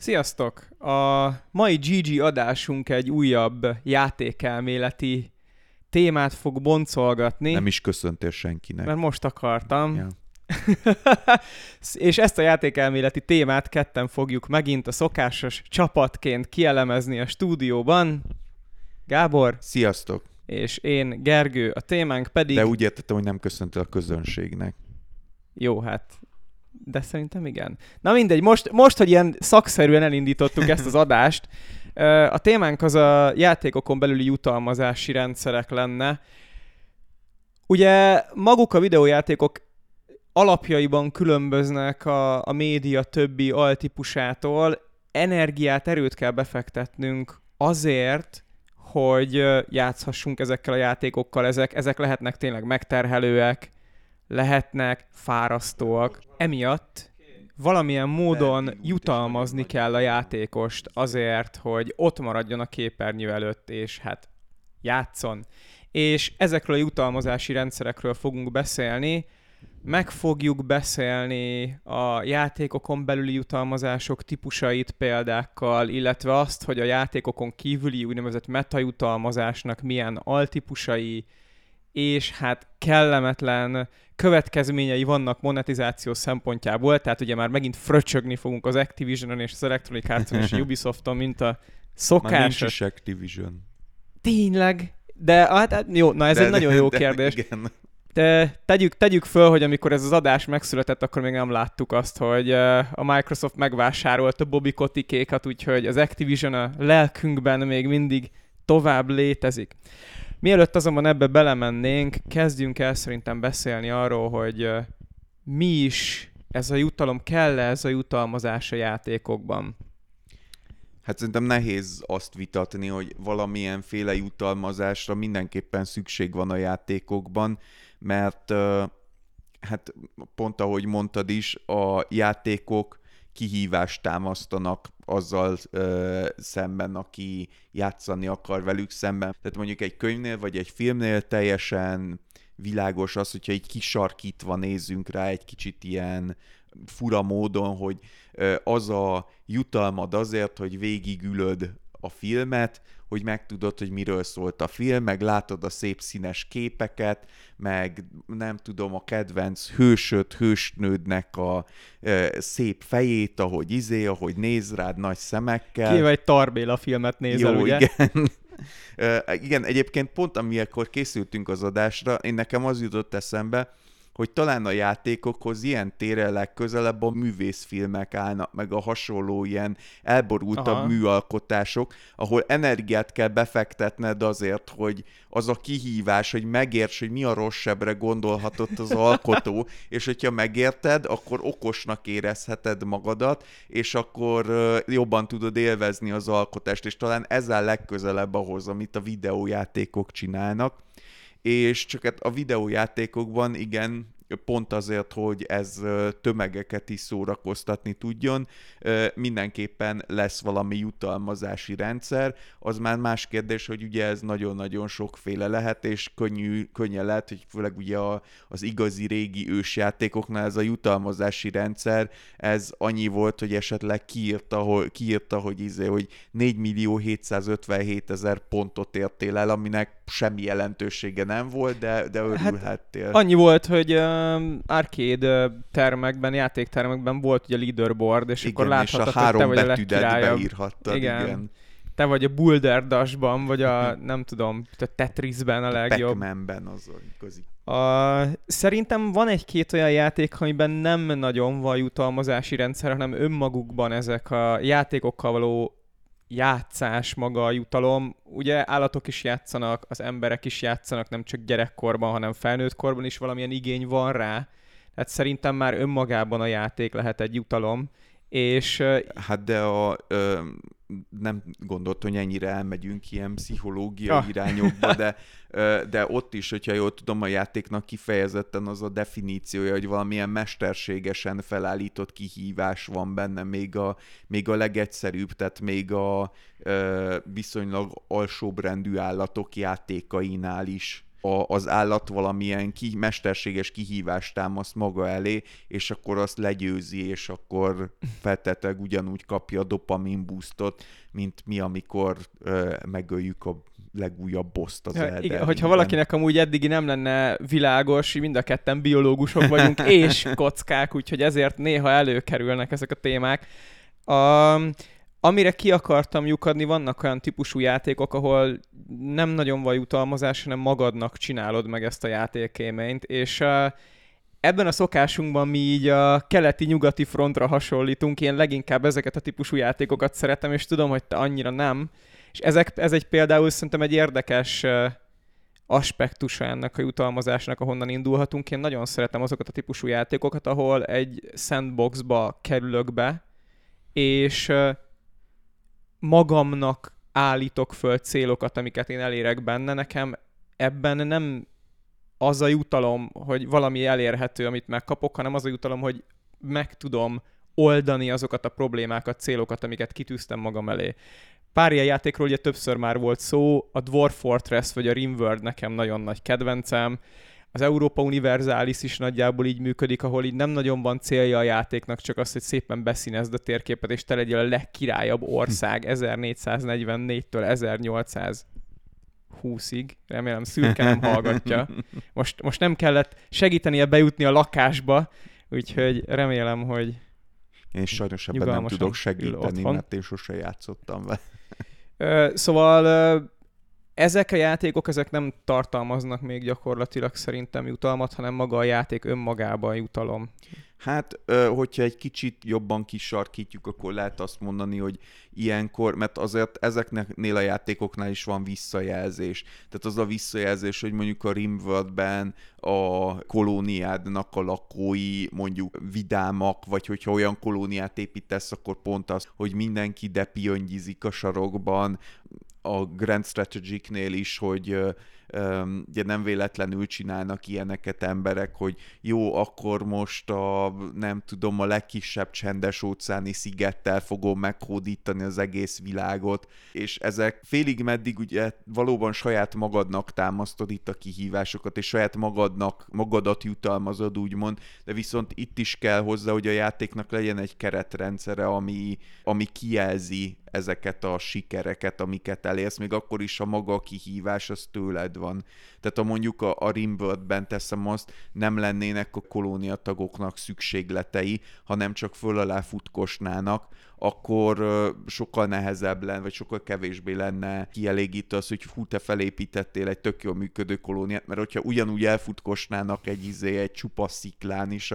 Sziasztok! A mai GG adásunk egy újabb játékelméleti témát fog boncolgatni. Nem is köszöntél senkinek. Mert most akartam. Ja. És ezt a játékelméleti témát ketten fogjuk megint a szokásos csapatként kielemezni a stúdióban. Gábor. Sziasztok! És én, Gergő. A témánk pedig... De úgy értettem, hogy nem köszöntél a közönségnek. Jó, hát... De szerintem igen. Na mindegy, most, hogy ilyen szakszerűen elindítottuk ezt az adást, a témánk az a játékokon belüli jutalmazási rendszerek lenne. Ugye maguk a videójátékok alapjaiban különböznek a média többi altípusától. Energiát, erőt kell befektetnünk azért, hogy játszhassunk ezekkel a játékokkal. Ezek lehetnek tényleg megterhelőek, lehetnek fárasztóak. Emiatt valamilyen módon jutalmazni kell a játékost azért, hogy ott maradjon a képernyő előtt, és hát játszon. És ezekről a jutalmazási rendszerekről fogunk beszélni. Meg fogjuk beszélni a játékokon belüli jutalmazások típusait példákkal, illetve azt, hogy a játékokon kívüli úgynevezett metajutalmazásnak milyen altípusai, és hát kellemetlen következményei vannak monetizáció szempontjából, tehát ugye már megint fröcsögni fogunk az Activisionon és az Electronic Artson és a Ubisofton, mint a szokásos. Már nincs is Activision. Tényleg? De hát jó, na ez egy nagyon jó kérdés. Igen. De tegyük föl, hogy amikor ez az adás megszületett, akkor még nem láttuk azt, hogy a Microsoft megvásárolta Bobby Kotickékat, úgyhogy az Activision a lelkünkben még mindig tovább létezik. Mielőtt azonban ebbe belemennénk, kezdjünk el szerintem beszélni arról, hogy mi is ez a jutalom, kell-e ez a jutalmazás a játékokban? Hát szerintem nehéz azt vitatni, hogy valamilyenféle jutalmazásra mindenképpen szükség van a játékokban, mert hát pont ahogy mondtad is, a játékok kihívást támasztanak azzal szemben, aki játszani akar velük szemben. Tehát mondjuk egy könyvnél vagy egy filmnél teljesen világos az, hogyha így kisarkítva nézzünk rá egy kicsit ilyen fura módon, hogy az a jutalmad azért, hogy végigülöd a filmet, hogy megtudod, hogy miről szólt a film, meg látod a szép színes képeket, meg nem tudom, a kedvenc hősnődnek a szép fejét, ahogy néz rád nagy szemekkel. Ki vagy Tarbéla filmet nézel, jó, ugye? Igen. Igen, egyébként pont amikor készültünk az adásra, nekem az jutott eszembe, hogy talán a játékokhoz ilyen téren legközelebb a művészfilmek állnak, meg a hasonló ilyen elborultabb műalkotások, ahol energiát kell befektetned azért, hogy az a kihívás, hogy megérts, hogy mi a rosszabbra gondolhatott az alkotó, és hogyha megérted, akkor okosnak érezheted magadat, és akkor jobban tudod élvezni az alkotást, és talán ez áll legközelebb ahhoz, amit a videójátékok csinálnak. És csak hát a videójátékokban igen, pont azért, hogy ez tömegeket is szórakoztatni tudjon, mindenképpen lesz valami jutalmazási rendszer. Az már más kérdés, hogy ugye ez nagyon-nagyon sokféle lehet, és könnyen lehet, hogy főleg ugye az igazi régi ősjátékoknál ez a jutalmazási rendszer, ez annyi volt, hogy esetleg kiírta, hogy 4.757.000 pontot értél el, aminek semmi jelentősége nem volt, de örülhettél. Hát annyi volt, hogy arcade termekben, játéktermekben volt ugye a leaderboard, és igen, akkor láthattad, hogy te vagy a legkirályabb. Beírhattad, igen. Te vagy a Boulder Dash-ban, vagy a, nem tudom, a Tetrisben a legjobb. Pac-Man-ben az igazi. Szerintem van egy-két olyan játék, amiben nem nagyon van jutalmazási rendszer, hanem önmagukban ezek a játékokkal való játszás maga a jutalom. Ugye állatok is játszanak, az emberek is játszanak, nem csak gyerekkorban, hanem felnőtt korban is valamilyen igény van rá. Tehát szerintem már önmagában a játék lehet egy jutalom. És... Hát de nem gondolt, hogy ennyire elmegyünk ilyen pszichológiai irányokba, de ott is, hogyha jól tudom, a játéknak kifejezetten az a definíciója, hogy valamilyen mesterségesen felállított kihívás van benne, még a legegyszerűbb, tehát még a viszonylag alsóbbrendű állatok játékainál is. az állat valamilyen mesterséges kihívást támaszt maga elé, és akkor azt legyőzi, és akkor feltetőleg ugyanúgy kapja a dopamin boostot, mint mi, amikor megöljük a legújabb boszt az Elden Igen, hogyha valakinek amúgy eddigi nem lenne világos, mind a ketten biológusok vagyunk, és kockák, úgyhogy ezért néha előkerülnek ezek a témák. Amire ki akartam lyukadni, vannak olyan típusú játékok, ahol nem nagyon van jutalmazás, hanem magadnak csinálod meg ezt a játékélményt, és ebben a szokásunkban mi így a keleti-nyugati frontra hasonlítunk, én leginkább ezeket a típusú játékokat szeretem, és tudom, hogy te annyira nem. És ez egy például szerintem egy érdekes aspektusa ennek a jutalmazásnak, ahonnan indulhatunk. Én nagyon szeretem azokat a típusú játékokat, ahol egy sandboxba kerülök be, és magamnak állítok föl célokat, amiket én elérek benne. Nekem ebben nem az a jutalom, hogy valami elérhető, amit megkapok, hanem az a jutalom, hogy meg tudom oldani azokat a problémákat, célokat, amiket kitűztem magam elé. Pár ilyen játékról ugye többször már volt szó, a Dwarf Fortress vagy a Rimworld nekem nagyon nagy kedvencem, az Europa Universalis is nagyjából így működik, ahol így nem nagyon van célja a játéknak, csak az, hogy szépen beszínezd a térképet, és te legyél a legkirályabb ország 1444-től 1820-ig. Remélem Szürke nem hallgatja. Most nem kellett segítenie bejutni a lakásba, úgyhogy remélem, hogy én sajnos ebben nem tudok segíteni, mert én sose játszottam vele. Szóval ezek a játékok, ezek nem tartalmaznak még gyakorlatilag szerintem jutalmat, hanem maga a játék önmagában jutalom. Hát, hogyha egy kicsit jobban kisarkítjuk, akkor lehet azt mondani, hogy ilyenkor, mert azért ezeknél a játékoknál is van visszajelzés. Tehát az a visszajelzés, hogy mondjuk a Rimworldben a kolóniádnak a lakói mondjuk vidámak, vagy hogyha olyan kolóniát építesz, akkor pont az, hogy mindenki depiongizik a sarokban, a Grand Strategic-nél is, hogy ugye nem véletlenül csinálnak ilyeneket emberek, hogy jó, akkor most nem tudom, a legkisebb csendes óceáni szigettel fogom meghódítani az egész világot, és ezek félig meddig ugye valóban saját magadnak támasztod itt a kihívásokat, és saját magadat jutalmazod, úgymond, de viszont itt is kell hozzá, hogy a játéknak legyen egy keretrendszere, ami kijelzi ezeket a sikereket, amiket elérsz, még akkor is a maga a kihívás az tőled van. Tehát ha mondjuk a Rimworldben teszem azt, nem lennének a kolóniatagoknak szükségletei, hanem csak föl alá futkosnának, akkor sokkal nehezebb lenne, vagy sokkal kevésbé lenne kielégítő az, hogy te felépítettél egy tök jól működő kolóniát, mert hogyha ugyanúgy elfutkosnának egy csupasz sziklán is,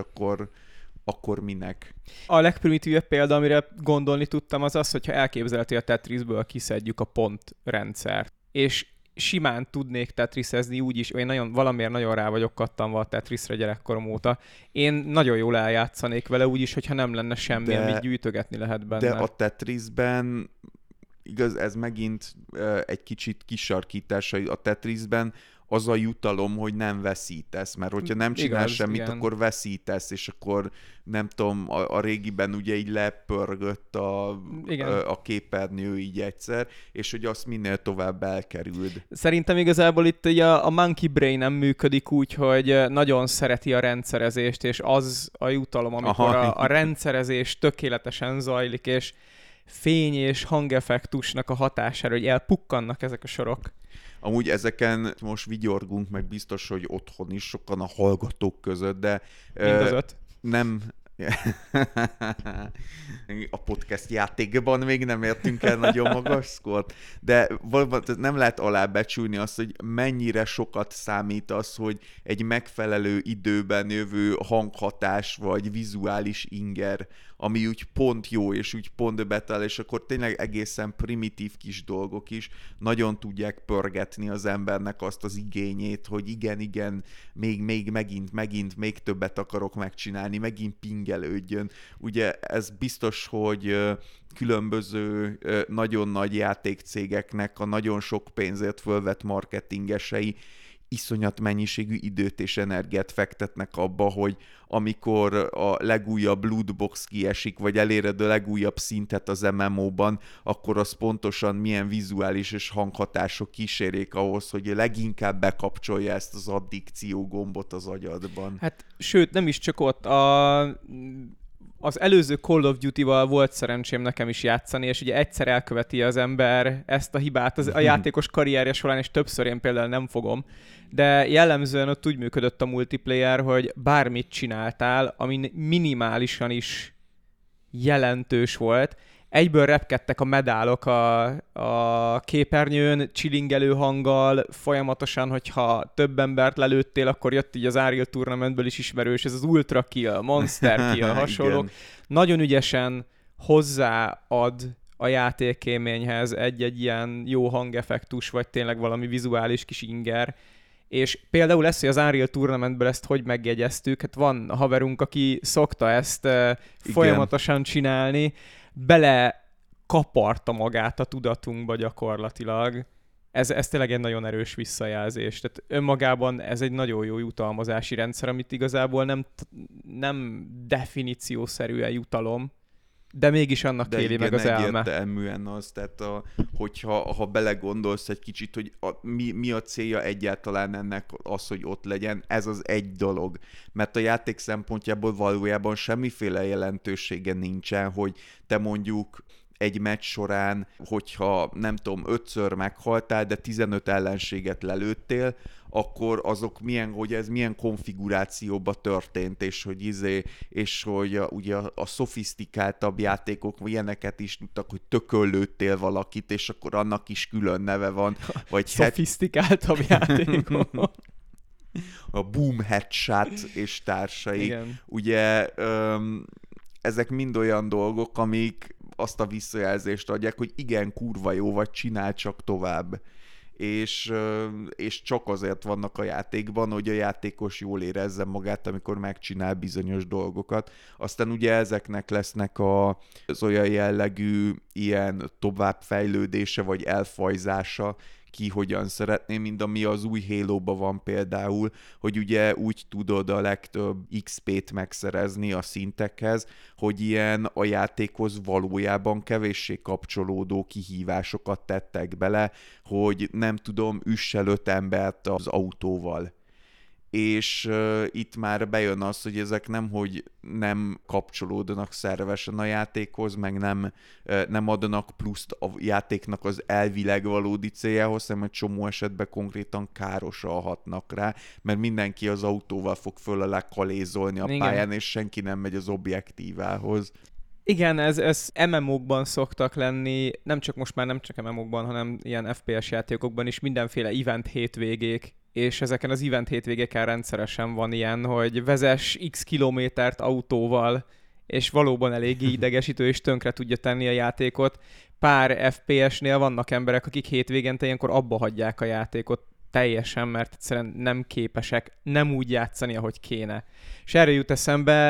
akkor minek? A legprimitívebb példa, amire gondolni tudtam, az az, hogyha elképzelhető, hogy a Tetrisből kiszedjük a pontrendszert. És simán tudnék tetrisezni úgyis, én valamiért nagyon rá vagyok kattanva a Tetrisre gyerekkorom óta. Én nagyon jól eljátszanék vele úgyis, hogyha nem lenne semmi, amit gyűjtögetni lehet benne. De a Tetrisben, igaz, ez megint egy kicsit kisarkítás, a Tetrisben az a jutalom, hogy nem veszítesz, mert hogyha nem csinálsz semmit, igen, akkor veszítesz, és akkor nem tudom, a régiben ugye így lepörgött a képernyő így egyszer, és hogy azt minél tovább elkerüld. Szerintem igazából itt ugye a monkey brain nem működik úgy, hogy nagyon szereti a rendszerezést, és az a jutalom, amikor a rendszerezés tökéletesen zajlik, és fény és hangeffektusnak a hatására, hogy elpukkannak ezek a sorok. Amúgy ezeken most vigyorgunk, meg biztos, hogy otthon is sokan a hallgatók között, de... Mind az 5. Nem... A podcast játékban még nem értünk el nagyon magas szkort, de nem lehet alábecsülni azt, hogy mennyire sokat számít az, hogy egy megfelelő időben jövő hanghatás vagy vizuális inger, ami úgy pont jó, és úgy pont betal, és akkor tényleg egészen primitív kis dolgok is nagyon tudják pörgetni az embernek azt az igényét, hogy igen, megint még többet akarok megcsinálni, megint pingelődjön. Ugye ez biztos, hogy különböző nagyon nagy játékcégeknek a nagyon sok pénzért fölvett marketingesei iszonyat mennyiségű időt és energiát fektetnek abba, hogy amikor a legújabb lootbox kiesik, vagy eléred a legújabb szintet az MMO-ban, akkor az pontosan milyen vizuális és hanghatások kísérjék ahhoz, hogy leginkább bekapcsolja ezt az addikció gombot az agyadban. Hát sőt, nem is csak ott. Az előző Call of Duty-val volt szerencsém nekem is játszani, és ugye egyszer elköveti az ember ezt a hibát a játékos karrierje során, és többször én például nem fogom. De jellemzően ott úgy működött a multiplayer, hogy bármit csináltál, ami minimálisan is jelentős volt, egyből repkedtek a medálok a képernyőn, csilingelő hanggal, folyamatosan, hogyha több embert lelőttél, akkor jött így az Unreal Tournamentből is ismerős, ez az Ultra Kill, Monster Kill, hasonlók. Nagyon ügyesen hozzáad a játékélményhez egy ilyen jó hangeffektus, vagy tényleg valami vizuális kis inger. És például lesz, hogy az Unreal Tournamentből ezt hogy megjegyeztük, hát van haverunk, aki szokta ezt folyamatosan csinálni, bele kaparta magát a tudatunkba gyakorlatilag. Ez tényleg egy nagyon erős visszajelzés. Tehát önmagában ez egy nagyon jó jutalmazási rendszer, amit igazából nem definíciószerűen jutalom, de mégis annak kéri meg az elme. De egyértelműen az, tehát hogyha belegondolsz egy kicsit, hogy mi a célja egyáltalán ennek az, hogy ott legyen, ez az egy dolog. Mert a játék szempontjából valójában semmiféle jelentősége nincsen, hogy te mondjuk egy meccs során, hogyha nem tudom, 5-ször meghaltál, de 15 ellenséget lelőttél, akkor azok milyen konfigurációba történt, és hogy ugye a szofisztikáltabb játékok ilyeneket is tudtak, hogy tököllőttél valakit, és akkor annak is külön neve van. Vagy szofisztikáltabb játékok. A Boom Headshot és társai. Igen. Ugye ezek mind olyan dolgok, amik azt a visszajelzést adják, hogy igen, kurva jó, vagy csinál csak tovább. És csak azért vannak a játékban, hogy a játékos jól érezze magát, amikor megcsinál bizonyos dolgokat. Aztán ugye ezeknek lesznek az olyan jellegű ilyen továbbfejlődése, vagy elfajzása, ki hogyan szeretné, mint ami az új Halo-ban van például, hogy ugye úgy tudod a legtöbb XP-t megszerezni a szintekhez, hogy ilyen a játékhoz valójában kevéssé kapcsolódó kihívásokat tettek bele, hogy nem tudom, üss el 5 embert az autóval. És itt már bejön az, hogy ezek hogy nem kapcsolódnak szervesen a játékhoz, meg nem adnak pluszt a játéknak az elvileg valódi céljához, hanem egy csomó esetben konkrétan károsan hatnak rá, mert mindenki az autóval fog föl alá kalézolni a pályán, és senki nem megy az objektívához. Igen, ez MMO-kban szoktak lenni, nem csak MMO-kban, hanem ilyen FPS játékokban is mindenféle event hétvégék, és ezeken az event hétvégeken rendszeresen van ilyen, hogy vezess x kilométert autóval, és valóban eléggé idegesítő, és tönkre tudja tenni a játékot. Pár FPS-nél vannak emberek, akik hétvégente ilyenkor abba hagyják a játékot teljesen, mert egyszerűen nem képesek nem úgy játszani, ahogy kéne. És erre jut eszembe,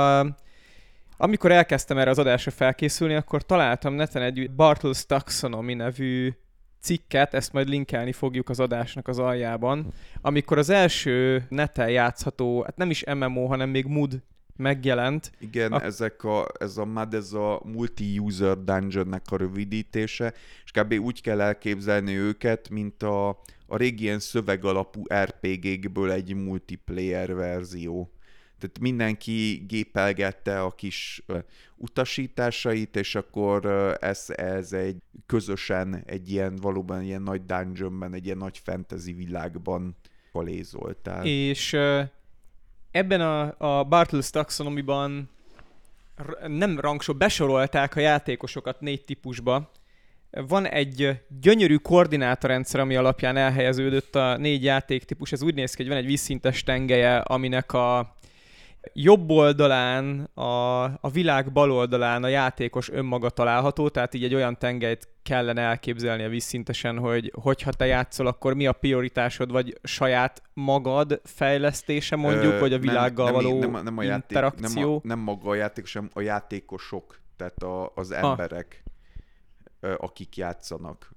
amikor elkezdtem erre az adásra felkészülni, akkor találtam neten egy Bartles Taxonomy nevű cikket, ezt majd linkelni fogjuk az adásnak az aljában, amikor az első neten játszható, hát nem is MMO, hanem még MUD megjelent. Igen, ez a MUD, ez a Multi-User Dungeon-nek a rövidítése, és kb. Úgy kell elképzelni őket, mint a régi ilyen szövegalapú RPG-kből egy multiplayer verzió. Tehát mindenki gépelgette a kis utasításait, és akkor ez egy közösen valóban ilyen nagy dungeonben, egy ilyen nagy fantasy világban kalézoltál. És ebben a Bartles Taxonomyban nem besorolták a játékosokat 4 típusba. Van egy gyönyörű koordinátorrendszer, ami alapján elhelyeződött a 4 játéktípus. Ez úgy néz ki, hogy van egy vízszintes tengelye, aminek a jobb oldalán, a világ bal oldalán a játékos önmaga található, tehát így egy olyan tengelyt kellene elképzelni a vízszintesen, hogy hogyha te játszol, akkor mi a prioritásod, vagy saját magad fejlesztése mondjuk, vagy a világgal való interakció? Nem maga a játékos, hanem a játékosok, tehát az emberek, akik játszanak.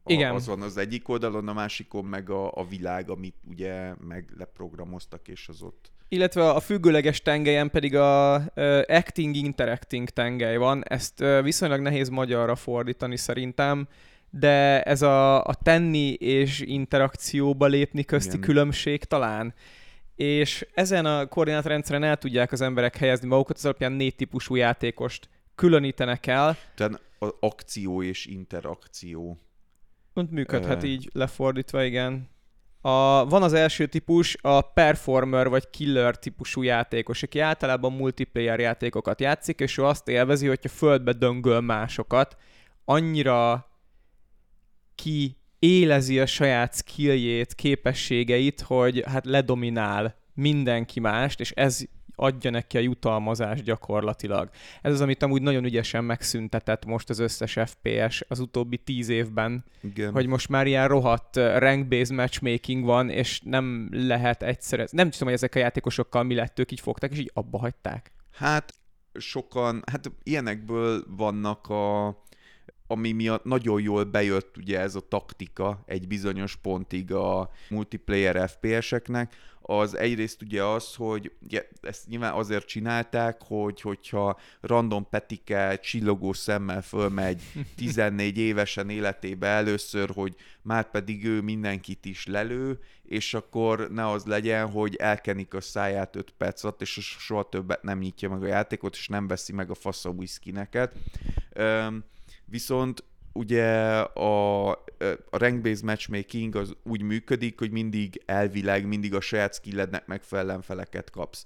Igen. Az van az egyik oldalon, a másikon meg a világ, amit ugye meg leprogramoztak, és az ott. Illetve a függőleges tengelyen pedig a acting interacting tengely van. Ezt viszonylag nehéz magyarra fordítani szerintem, de ez a tenni és interakcióba lépni közti Igen. különbség talán. És ezen a koordinátorrendszeren el tudják az emberek helyezni magukat, az alapján 4 típusú játékost különítenek el. Tehát az akció és interakció. Ott működhet így lefordítva, igen. Van az első típus, a performer vagy killer típusú játékos, aki általában multiplayer játékokat játszik, és ő azt élvezi, hogyha földbe döngöl másokat, annyira kiélezi a saját skilljét, képességeit, hogy hát ledominál mindenki mást, és ez adja neki a jutalmazást gyakorlatilag. Ez az, amit amúgy nagyon ügyesen megszüntetett most az összes FPS az utóbbi 10 évben, Igen. hogy most már ilyen rohadt rank-based matchmaking van, és nem lehet egyszerűen... Nem tudom, hogy ezek a játékosokkal mi lett, ők így fogták, és így abba hagyták. Hát sokan, ilyenekből vannak ami miatt nagyon jól bejött ugye ez a taktika egy bizonyos pontig a multiplayer FPS-eknek, az egyrészt ugye az, hogy ugye, ezt nyilván azért csinálták, hogyha random Petike csillogó szemmel fölmegy 14 évesen életébe először, hogy már pedig ő mindenkit is lelő, és akkor ne az legyen, hogy elkenik a száját 5 perc alatt, és soha többet nem nyitja meg a játékot, és nem veszi meg a fasz a whiskineket. Viszont ugye a rank-based matchmaking az úgy működik, hogy mindig a saját skillednek megfelelően feleket kapsz.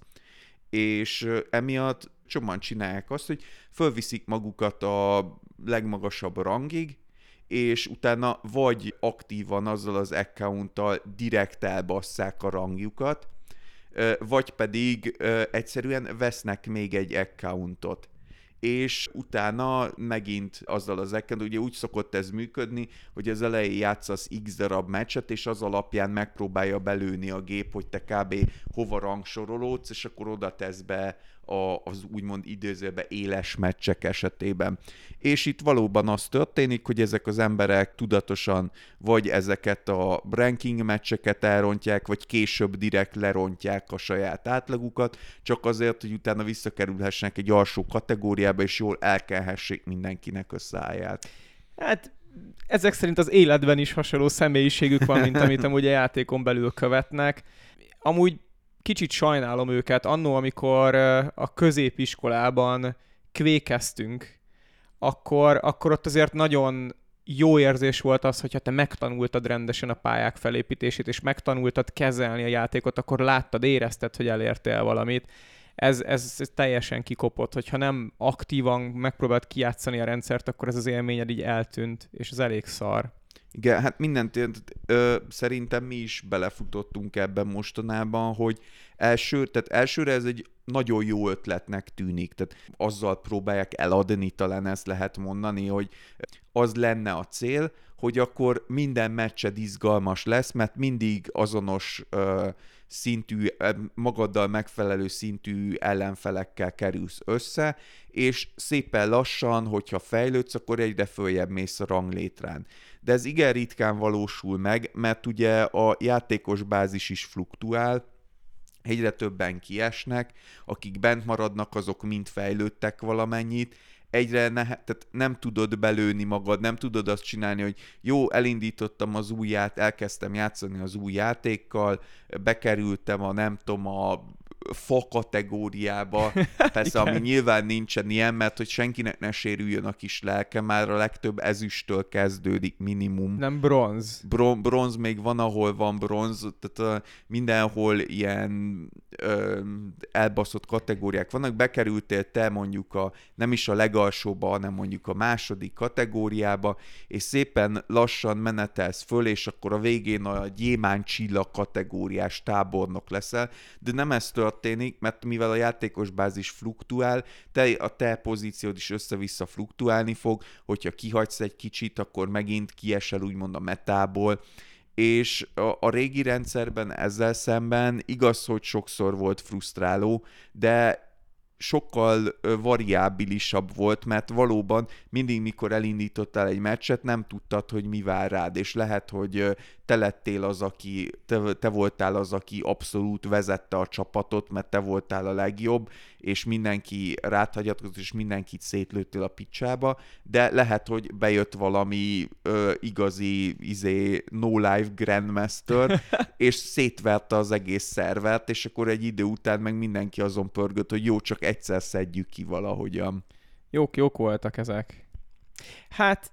És emiatt sokan csinálják azt, hogy fölviszik magukat a legmagasabb rangig, és utána vagy aktívan azzal az accounttal direkt elbasszák a rangjukat, vagy pedig egyszerűen vesznek még egy accountot. És utána megint azzal az account, ugye úgy szokott ez működni, hogy az elején játszasz x darab meccset, és az alapján megpróbálja belőni a gép, hogy te kb. Hova rangsorolódsz, és akkor oda tesz be az úgymond idézőben éles meccsek esetében. És itt valóban az történik, hogy ezek az emberek tudatosan vagy ezeket a ranking meccseket elrontják, vagy később direkt lerontják a saját átlagukat, csak azért, hogy utána visszakerülhessenek egy alsó kategóriába, és jól elkelhessék mindenkinek a száját. Hát ezek szerint az életben is hasonló személyiségük van, mint amit amúgy a játékon belül követnek. Amúgy kicsit sajnálom őket. Annó, amikor a középiskolában kvékeztünk, akkor ott azért nagyon jó érzés volt az, hogyha te megtanultad rendesen a pályák felépítését, és megtanultad kezelni a játékot, akkor láttad, érezted, hogy elértél valamit. Ez teljesen kikopott, hogyha nem aktívan megpróbált kijátszani a rendszert, akkor ez az élményed így eltűnt, és ez elég szar. Igen, hát szerintem mi is belefutottunk ebben mostanában, hogy elsőre ez egy nagyon jó ötletnek tűnik, tehát azzal próbálják eladni, talán ezt lehet mondani, hogy az lenne a cél, hogy akkor minden meccsed izgalmas lesz, mert mindig azonos szintű, magaddal megfelelő szintű ellenfelekkel kerülsz össze, és szépen lassan, hogyha fejlődsz, akkor egyre följebb mész a ranglétrán. De ez igen ritkán valósul meg, mert ugye a játékos bázis is fluktuál, egyre többen kiesnek, akik bent maradnak, azok mind fejlődtek valamennyit, tehát nem tudod belőni magad, nem tudod azt csinálni, hogy jó, elindítottam az elkezdtem játszani az új játékkal, bekerültem a fa kategóriába, persze, ami nyilván nincsen ilyen, mert hogy senkinek ne sérüljön a kis lelke, már a legtöbb ezüsttől kezdődik minimum. Nem bronz. Bronz még van, ahol van bronz, tehát mindenhol ilyen elbaszott kategóriák vannak, bekerültél te mondjuk nem is a legalsóba, hanem mondjuk a második kategóriába, és szépen lassan menetelsz föl, és akkor a végén a gyémánt csillag kategóriás tábornok leszel, de nem ez történik, mert mivel a játékos bázis fluktuál, a te pozíciód is össze-vissza fluktuálni fog, hogyha kihagysz egy kicsit, akkor megint kiesel úgymond a metából, és a régi rendszerben ezzel szemben igaz, hogy sokszor volt frusztráló, de sokkal variábilisabb volt, mert valóban mindig, mikor elindítottál egy meccset, nem tudtad, hogy mi vár rád, és lehet, hogy te lettél az, te voltál az, aki abszolút vezette a csapatot, mert te voltál a legjobb, és mindenki rád hagyatkozott, és mindenkit szétlőttél a picsába, de lehet, hogy bejött valami igazi no life grandmaster, és szétverte az egész szervert, és akkor egy idő után meg mindenki azon pörgött, hogy jó, csak egyszer szedjük ki valahogyan. Jók voltak ezek. Hát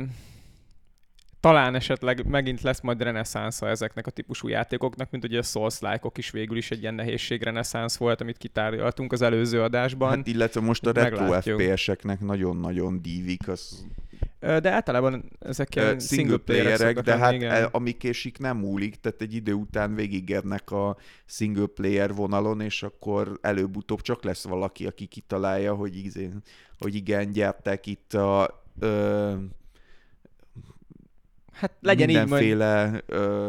talán esetleg megint lesz majd reneszánsza ezeknek a típusú játékoknak, mint ugye a Souls-like-ok is végül is egy ilyen nehézség-reneszánsz volt, amit kitárgyaltunk az előző adásban. Hát illetve most a retro FPS-eknek nagyon-nagyon dívik. De általában ezek ilyen single playerek, de hát igen. ami késik nem múlik, tehát egy idő után végigérnek a single player vonalon, és akkor előbb-utóbb csak lesz valaki, aki kitalálja, hogy igen, gyertek itt a hát legyen mindenféle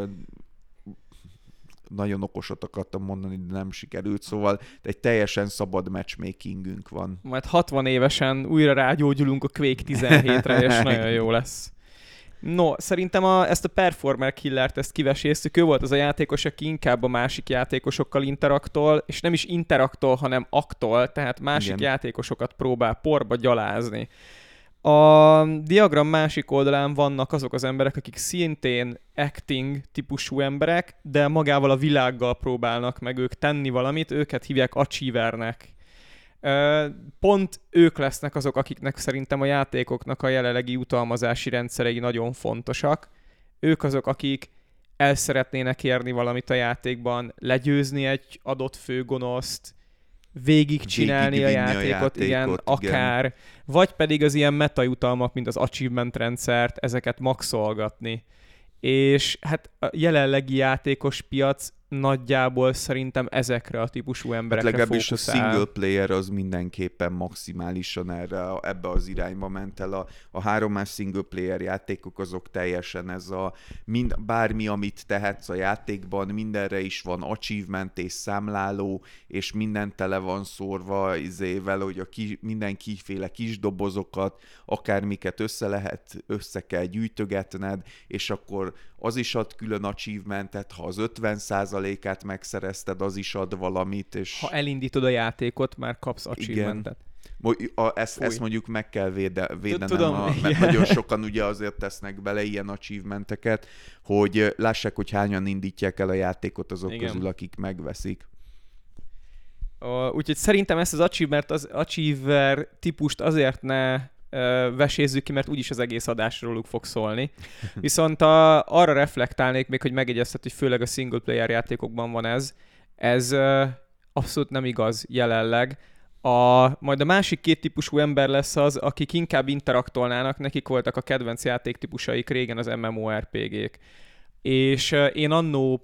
nagyon okosat akartam mondani, de nem sikerült, szóval egy teljesen szabad matchmakingünk van. Majd 60 évesen újra rágyógyulunk a Quake 17-re, és nagyon jó lesz. No, szerintem ezt a Performer Killert, ezt kiveséztük, ő volt az a játékos, aki inkább a másik játékosokkal interaktol, és nem is interaktol, hanem aktol, tehát másik játékosokat próbál porba gyalázni. A diagram másik oldalán vannak azok az emberek, akik szintén acting típusú emberek, de magával a világgal próbálnak meg ők tenni valamit, őket hívják achievernek. Pont ők lesznek azok, akiknek szerintem a játékoknak a jelenlegi jutalmazási rendszerei nagyon fontosak. Ők azok, akik el szeretnének érni valamit a játékban, legyőzni egy adott főgonoszt, végigcsinálni a játékot, igen, akár, vagy pedig az ilyen metajutalmak, mint az achievement rendszert, ezeket maxolgatni. És hát a jelenlegi játékos piac nagyjából szerintem ezekre a típusú emberekre legalábbis fókuszál. A single player az mindenképpen maximálisan ebbe az irányba ment el. A 3-as single player játékok azok teljesen ez bármi, amit tehetsz a játékban, mindenre is van achievement és számláló, és minden tele van szórva hogy mindenkiféle kis dobozokat, akármiket össze kell gyűjtögetned, és akkor az is ad külön achievementet, ha az 50%-át megszerezted, az is ad valamit. És ha elindítod a játékot, már kapsz achievementet. Ezt mondjuk meg kell védenem, Tudom, mert nagyon sokan ugye azért tesznek bele ilyen achievementeket, hogy lássák, hogy hányan indítják el a játékot azok közül, akik megveszik. Úgyhogy szerintem ezt az achiever típust azért ne vesézzük ki, mert úgyis az egész adás róluk fog szólni. Viszont arra reflektálnék még, hogy megjegyeztet, hogy főleg a single player játékokban van ez abszolút nem igaz jelenleg. Majd a másik két típusú ember lesz az, akik inkább interaktolnának, nekik voltak a kedvenc játéktípusaik régen az MMORPG-k. És én annó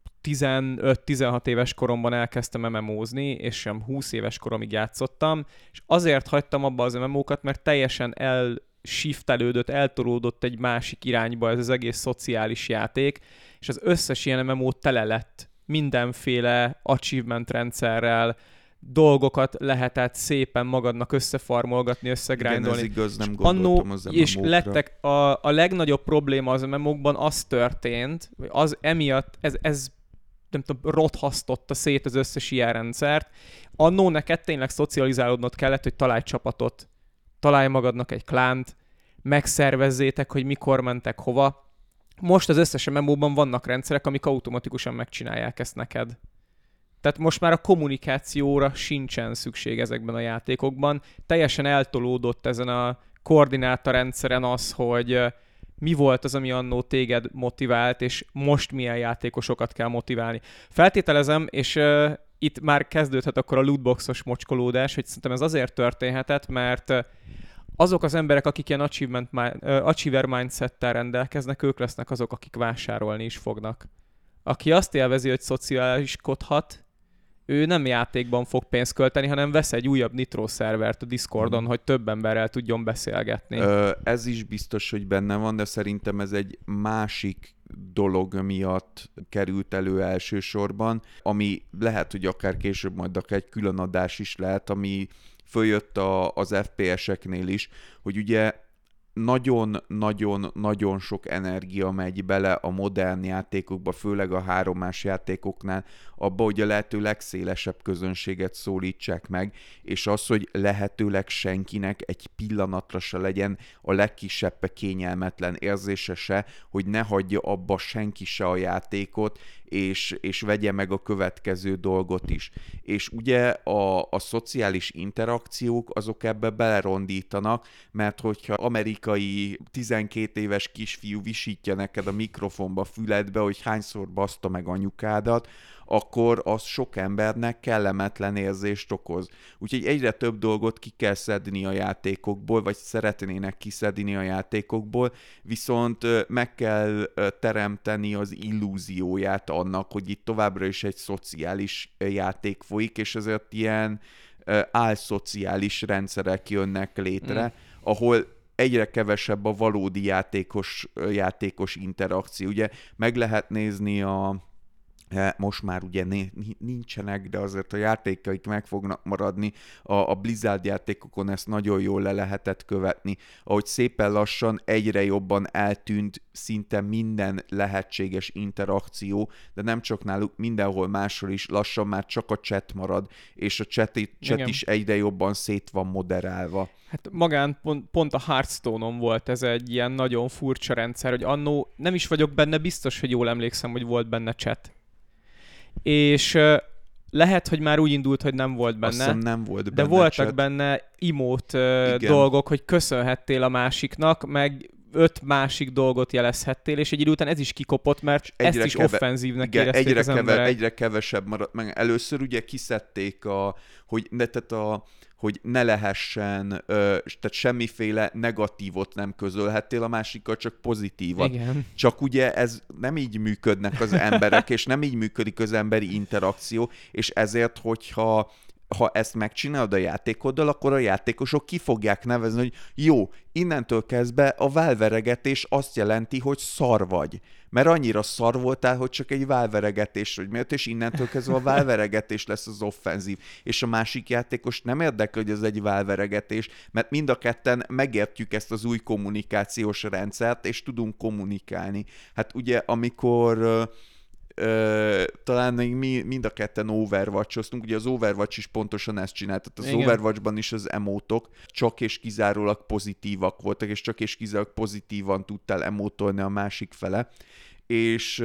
15-16 éves koromban elkezdtem MMO-zni, és sem 20 éves koromig játszottam, és azért hagytam abba az MMO-kat, mert teljesen elshiftelődött, eltolódott egy másik irányba ez az egész szociális játék, és az összes ilyen MMO tele lett mindenféle achievement rendszerrel, dolgokat lehetett szépen magadnak összefarmolgatni, összegrindolni. Igen, ez igaz, nem gondoltam az MMO-kra. És lettek a legnagyobb probléma az MMO-kban az történt, az emiatt, ez nem tudom, rothasztotta szét az összes ilyen rendszert. Annó neked tényleg szocializálódnod kellett, hogy találj csapatot, találj magadnak egy klánt, megszervezzétek, hogy mikor mentek hova. Most az összes MMO-ban vannak rendszerek, amik automatikusan megcsinálják ezt neked. Tehát most már a kommunikációra sincsen szükség ezekben a játékokban. Teljesen eltolódott ezen a koordinátorrendszeren az, hogy mi volt az, ami annó téged motivált, és most milyen játékosokat kell motiválni. Feltételezem, és itt már kezdődhet akkor a lootboxos mocskolódás, hogy szerintem ez azért történhetett, mert azok az emberek, akik ilyen achiever mindsettel rendelkeznek, ők lesznek azok, akik vásárolni is fognak. Aki azt élvezi, hogy szociáliskodhat, ő nem játékban fog pénzt költeni, hanem vesz egy újabb Nitro szervert a Discordon, hogy több emberrel tudjon beszélgetni. Ez is biztos, hogy benne van, de szerintem ez egy másik dolog miatt került elő elsősorban, ami lehet, hogy akár később majd akár egy külön adás is lehet, ami följött az FPS-eknél is, hogy ugye nagyon-nagyon-nagyon sok energia megy bele a modern játékokba, főleg a 3-ás játékoknál, abba, hogy a lehető legszélesebb közönséget szólítsák meg, és az, hogy lehetőleg senkinek egy pillanatra se legyen a legkisebb kényelmetlen érzése se, hogy ne hagyja abba senki se a játékot, és vegye meg a következő dolgot is. És ugye a szociális interakciók azok ebbe belerondítanak, mert hogyha amerikai 12 éves kisfiú visítja neked a mikrofonba füledbe, hogy hányszor baszta meg anyukádat, akkor az sok embernek kellemetlen érzést okoz. Úgyhogy egyre több dolgot ki kell szedni a játékokból, vagy szeretnének kiszedni a játékokból, viszont meg kell teremteni az illúzióját annak, hogy itt továbbra is egy szociális játék folyik, és ezért ilyen álszociális rendszerek jönnek létre, ahol egyre kevesebb a valódi játékos interakció. Ugye meg lehet nézni most már ugye nincsenek, de azért a játékaik meg fognak maradni. A Blizzard játékokon ezt nagyon jól le lehetett követni, ahogy szépen lassan egyre jobban eltűnt szinte minden lehetséges interakció, de nem csak náluk, mindenhol máshol is lassan már csak a chat marad, és a chat is egyre jobban szét van moderálva. Hát magán pont a Hearthstone-on volt ez egy ilyen nagyon furcsa rendszer, hogy annó nem is vagyok benne biztos, hogy jól emlékszem, hogy volt benne chat. És lehet, hogy már úgy indult, hogy nem volt benne. Azt hiszem, nem volt de benne voltak chat. benne emote dolgok, hogy köszönhettél a másiknak, meg 5 másik dolgot jelezhettél, és egy idő után ez is kikopott, mert ezt is offenzívnek érezték az emberek. Egyre kevesebb maradt meg. Először ugye kiszedték, hogy ne lehessen, tehát semmiféle negatívot nem közölhettél a másikkal, csak pozitívat. Igen. Csak ugye ez nem így működnek az emberek, és nem így működik az emberi interakció, és ezért, hogyha ezt megcsinálod a játékoddal, akkor a játékosok ki fogják nevezni, hogy jó, innentől kezdve a válveregetés azt jelenti, hogy szar vagy. Mert annyira szar voltál, hogy csak egy válveregetés vagy miért, és innentől kezdve a válveregetés lesz az offenzív. És a másik játékos nem érdekel, hogy ez egy válveregetés, mert mind a ketten megértjük ezt az új kommunikációs rendszert, és tudunk kommunikálni. Hát ugye, amikor talán még mind a ketten Overwatch-oztunk, ugye az Overwatch is pontosan ezt csinált, tehát az Overwatchban is az emótok csak és kizárólag pozitívak voltak, és csak és kizárólag pozitívan tudtál emótolni a másik fele, és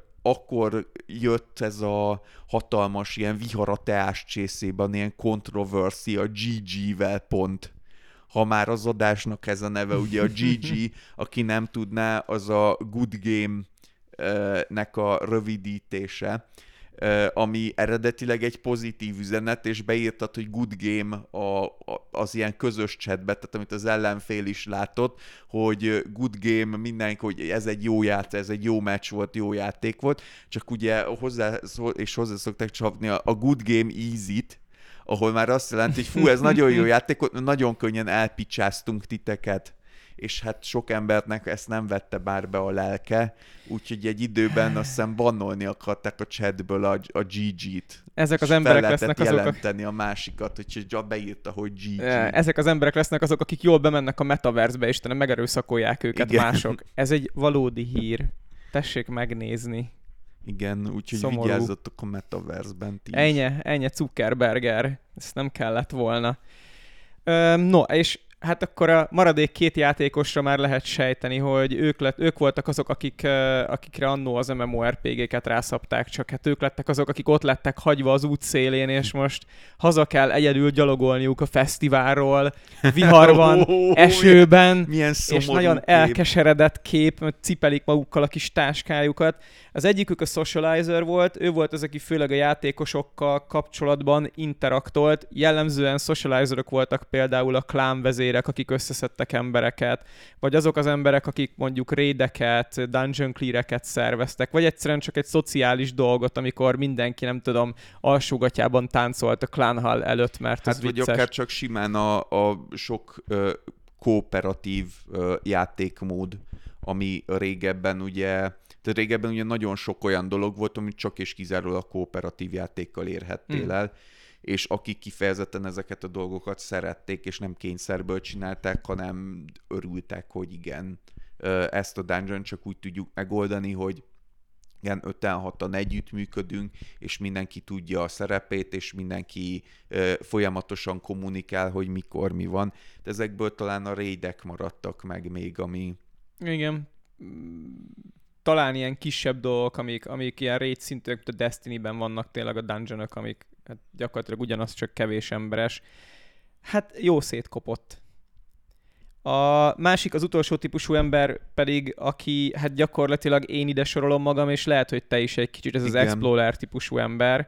akkor jött ez a hatalmas ilyen vihar a teás csészében, ilyen kontroverzia a GG-vel pont. Ha már az adásnak ez a neve, ugye a GG, aki nem tudná, az a Good Game nek a rövidítése, ami eredetileg egy pozitív üzenet, és beírtad, hogy good game az ilyen közös chatbe, tehát amit az ellenfél is látott, hogy good game mindenki, hogy ez egy jó játék, ez egy jó meccs volt, jó játék volt, csak ugye hozzá szokták csapni a good game easy-t, ahol már azt jelenti, hogy fú, ez nagyon jó játék, nagyon könnyen elpicsáztunk titeket. És hát sok embernek ezt nem vette bár be a lelke, úgyhogy egy időben azt hiszem bannolni akarták a chatből a GG-t. Ezek az emberek lesznek azok, jelenteni a másikat, hogy beírta, hogy GG. Ezek az emberek lesznek azok, akik jól bemennek a metaverse-be, és megerőszakolják őket mások. Ez egy valódi hír. Tessék megnézni. Igen, úgyhogy vigyázzatok a metaverse-ben ti Ennyi Zuckerberger. Ezt nem kellett volna. No, és hát akkor a maradék 2 játékosra már lehet sejteni, hogy ők voltak azok, akikre annó az MMORPG-ket rászapták, csak hát ők lettek azok, akik ott lettek hagyva az útszélén, és most haza kell egyedül gyalogolniuk a fesztiválról, viharban, esőben, és nagyon elkeseredett kép, mert cipelik magukkal a kis táskájukat. Az egyikük a Socializer volt, ő volt az, aki főleg a játékosokkal kapcsolatban interaktolt, jellemzően Socializerok voltak például a klánvezérek, akik összeszedtek embereket, vagy azok az emberek, akik mondjuk raideket, dungeon cleareket szerveztek, vagy egyszerűen csak egy szociális dolgot, amikor mindenki, nem tudom, alsógatjában táncolt a klánhal előtt, mert az vicces. Vagy akár csak simán a sok kooperatív játékmód, ami régebben ugye Tehát régebben ugye nagyon sok olyan dolog volt, amit csak és kizárólag kooperatív játékkal érhettél el, és akik kifejezetten ezeket a dolgokat szerették, és nem kényszerből csinálták, hanem örültek, hogy igen, ezt a dungeon csak úgy tudjuk megoldani, hogy igen, 5-6-an együttműködünk, és mindenki tudja a szerepét, és mindenki folyamatosan kommunikál, hogy mikor mi van. De ezekből talán a raidek maradtak meg még, ami... Igen. Talán ilyen kisebb dolgok, amik ilyen raid szintűek, a Destiny-ben vannak tényleg a dungeonok, amik hát gyakorlatilag ugyanaz, csak kevés emberes. Hát jó szétkopott. A másik, az utolsó típusú ember pedig, aki hát gyakorlatilag én ide sorolom magam, és lehet, hogy te is egy kicsit, ez az Explorer típusú ember,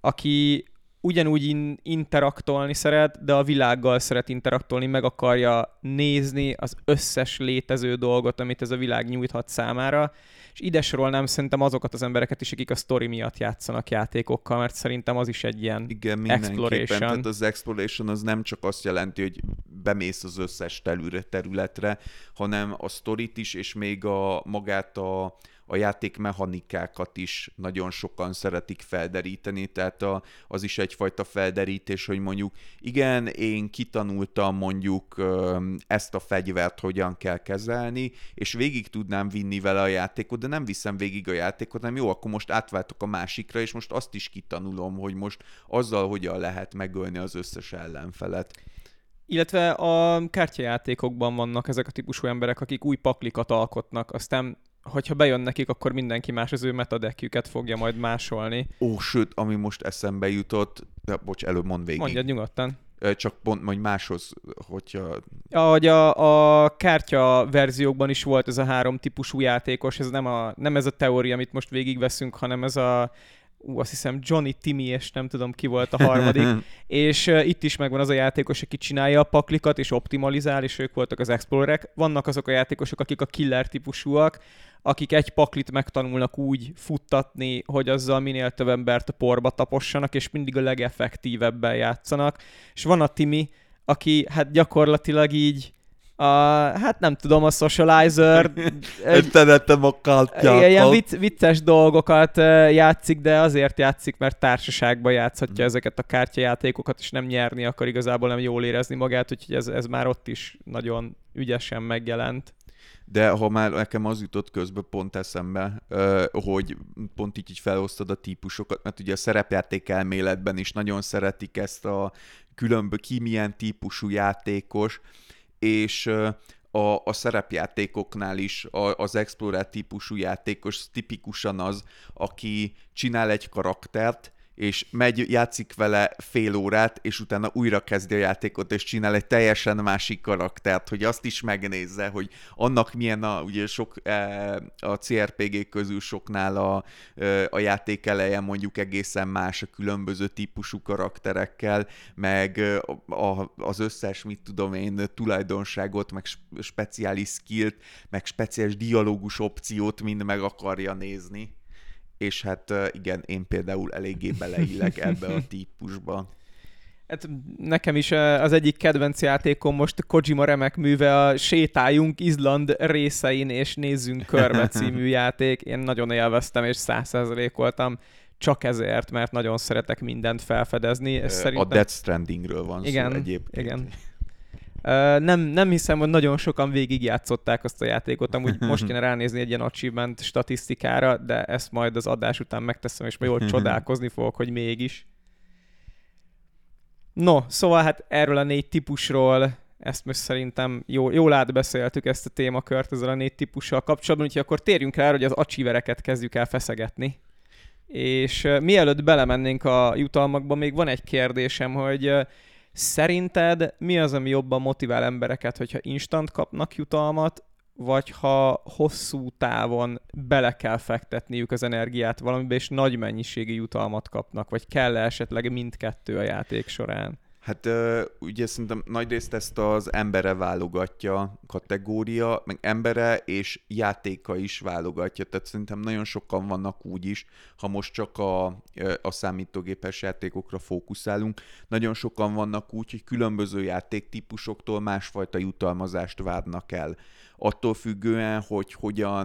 aki ugyanúgy interaktolni szeret, de a világgal szeret interaktolni, meg akarja nézni az összes létező dolgot, amit ez a világ nyújthat számára, és ide sorolnám szerintem azokat az embereket is, akik a sztori miatt játszanak játékokkal, mert szerintem az is egy ilyen exploration. Tehát az exploration az nem csak azt jelenti, hogy bemész az összes területre, hanem a sztorit is, és még magát a játékmechanikákat is nagyon sokan szeretik felderíteni, tehát az is egyfajta felderítés, hogy mondjuk igen, én kitanultam mondjuk ezt a fegyvert hogyan kell kezelni, és végig tudnám vinni vele a játékot, de nem viszem végig a játékot, hanem jó, akkor most átváltok a másikra, és most azt is kitanulom, hogy most azzal hogyan lehet megölni az összes ellenfelet. Illetve a kártyajátékokban vannak ezek a típusú emberek, akik új paklikat alkotnak, aztán hogyha bejön nekik, akkor mindenki más az ő metadeckjüket fogja majd másolni. Sőt, ami most eszembe jutott, bocs, előbb mondd végig. Mondjad nyugodtan. Csak pont majd máshoz, hogyha... Ahogy a kártya verziókban is volt ez a 3 típusú játékos, ez nem ez a teória, amit most végigveszünk, hanem ez azt hiszem Johnny, Timmy, és nem tudom ki volt a harmadik, és itt is megvan az a játékos, aki csinálja a paklikat, és optimalizál, és ők voltak az explorerek. Vannak azok a játékosok, akik a killer típusúak, akik egy paklit megtanulnak úgy futtatni, hogy azzal minél több embert a porba tapossanak, és mindig a legeffektívebben játszanak. És van a Timmy, aki hát gyakorlatilag így hát nem tudom, a socializer... Tenetem a kártyákat. Ilyen vicces dolgokat játszik, de azért játszik, mert társaságban játszhatja ezeket a kártyajátékokat, és nem nyerni akar, igazából nem jól érezni magát, úgyhogy ez már ott is nagyon ügyesen megjelent. De ha már nekem az jutott közbe pont eszembe, hogy pont így felosztod a típusokat, mert ugye a szerepjáték elméletben is nagyon szeretik ezt a ki milyen típusú játékos, és a szerepjátékoknál is az Explorer típusú játékos tipikusan az, aki csinál egy karaktert, és játszik vele fél órát, és utána újra kezdi a játékot, és csinál egy teljesen másik karaktert, hogy azt is megnézze, hogy annak milyen ugye a CRPG közül soknál a játék eleje mondjuk egészen más a különböző típusú karakterekkel, meg az összes, mit tudom én, tulajdonságot, meg speciális skillt, meg speciális dialógus opciót mind meg akarja nézni. És hát igen, én például eléggé beleillek ebbe a típusba. Hát nekem is az egyik kedvenc játékom most Kojima remek műve, a Sétáljunk Izland részein és nézzünk körbe című játék. Én nagyon élveztem és 100%-oltam csak ezért, mert nagyon szeretek mindent felfedezni. A Death Strandingről van szó egyébként. Igen. Nem hiszem, hogy nagyon sokan végigjátszották azt a játékot, amúgy most kéne ránézni egy ilyen achievement statisztikára, de ezt majd az adás után megteszem, és majd jól csodálkozni fogok, hogy mégis. No, szóval hát erről a 4 típusról, ezt most szerintem jól átbeszéltük ezt a témakört ezzel a 4 típussal kapcsolatban, úgyhogy akkor térjünk rá, hogy az achievereket kezdjük el feszegetni. És mielőtt belemennénk a jutalmakba, még van egy kérdésem, hogy szerinted mi az, ami jobban motivál embereket, hogyha instant kapnak jutalmat, vagy ha hosszú távon bele kell fektetniük az energiát valamibe, és nagy mennyiségű jutalmat kapnak, vagy kell esetleg mindkettő a játék során? Hát ugye szerintem nagyrészt ezt az embere válogatja kategória, meg embere és játéka is válogatja, tehát szerintem nagyon sokan vannak úgy is, ha most csak a számítógépes játékokra fókuszálunk, nagyon sokan vannak úgy, hogy különböző játéktípusoktól másfajta jutalmazást várnak el. attól függően, hogy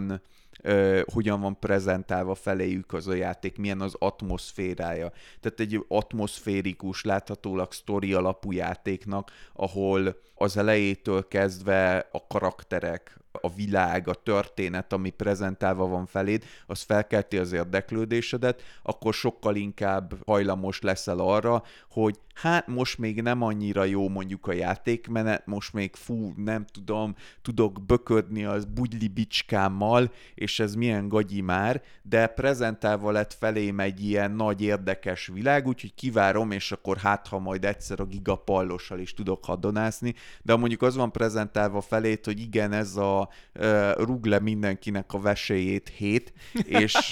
hogyan van prezentálva feléjük az a játék, milyen az atmoszférája. Tehát egy atmoszférikus, láthatólag sztori alapú játéknak, ahol az elejétől kezdve a karakterek, a világ, a történet, ami prezentálva van feléd, az felkelti az érdeklődésedet, akkor sokkal inkább hajlamos leszel arra, hogy hát most még nem annyira jó mondjuk a játékmenet, most még nem tudom, tudok böködni az bugyli bicskámmal, és ez milyen gagyi már, de prezentálva lett felém egy ilyen nagy érdekes világ, úgyhogy kivárom, és akkor hát, ha majd egyszer a gigapallossal is tudok hadonászni, de mondjuk az van prezentálva felét, hogy igen, ez a rúg le mindenkinek a vesélyét és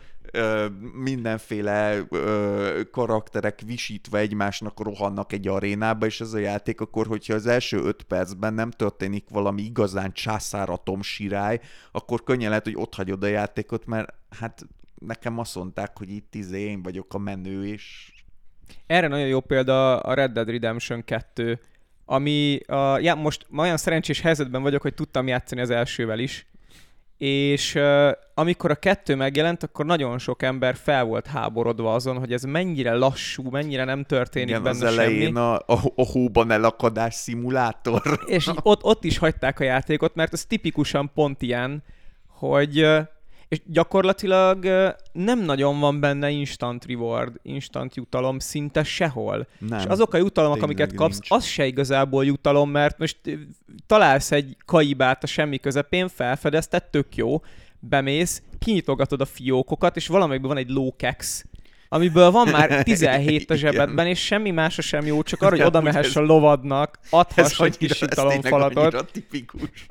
mindenféle karakterek visítve egymásnak rohannak egy arénába, és ez a játék akkor, hogyha az első 5 percben nem történik valami igazán császáratom sirály, akkor könnyen lehet, hogy ott hagyod a játékot, mert hát nekem azt mondták, hogy itt én vagyok a menő, és... Erre nagyon jó példa a Red Dead Redemption 2, ami most olyan szerencsés helyzetben vagyok, hogy tudtam játszani az elsővel is, és amikor a 2 megjelent, akkor nagyon sok ember fel volt háborodva azon, hogy ez mennyire lassú, mennyire nem történik igen, benne az elején semmi. A hóban elakadás szimulátor. És ott is hagyták a játékot, mert ez tipikusan pont ilyen, hogy és gyakorlatilag nem nagyon van benne instant reward, instant jutalom szinte sehol. Nem, és azok a jutalomok, amiket kapsz, nincs. az se igazából jutalom, mert most találsz egy kaibát a semmi közepén, felfedezted, tök jó, bemész, kinyitogatod a fiókokat, és valamelyikben van egy lókex, amiből van már 17 a zsebedben, és semmi másra sem jó, csak arra, hogy oda mehess a lovadnak, adhass egy kis jutalomfalatot. Ez tipikus.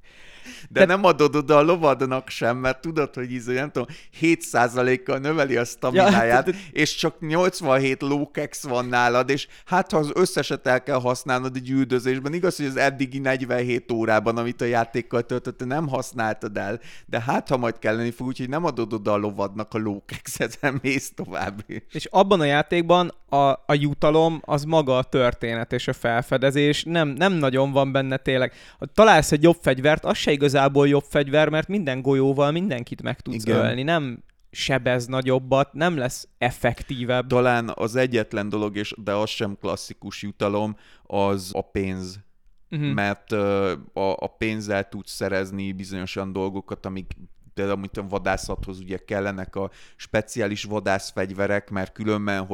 De nem adod oda a lovadnak sem, mert tudod, hogy nem tudom, 7%-kal növeli a stamináját, és csak 87 lókex van nálad, és hát ha az összeset el kell használnod egy üldözésben, igaz, hogy az eddigi 47 órában, amit a játékkal töltötte, nem használtad el, de hát ha majd kelleni fog, úgyhogy nem adod oda a lovadnak a lókexet, hanem mész tovább. És abban a játékban a jutalom az maga a történet és a felfedezés, nem nagyon van benne tényleg. Ha találsz egy jobb fegyvert, az se igazából jobb fegyver, mert minden golyóval mindenkit meg tudsz ölni, nem sebez nagyobbat, nem lesz effektívebb. Talán az egyetlen dolog, de az sem klasszikus jutalom, az a pénz. Mert a pénzzel tudsz szerezni bizonyos olyan dolgokat, amik például, mint a vadászathoz ugye kellenek a speciális vadászfegyverek, mert különben,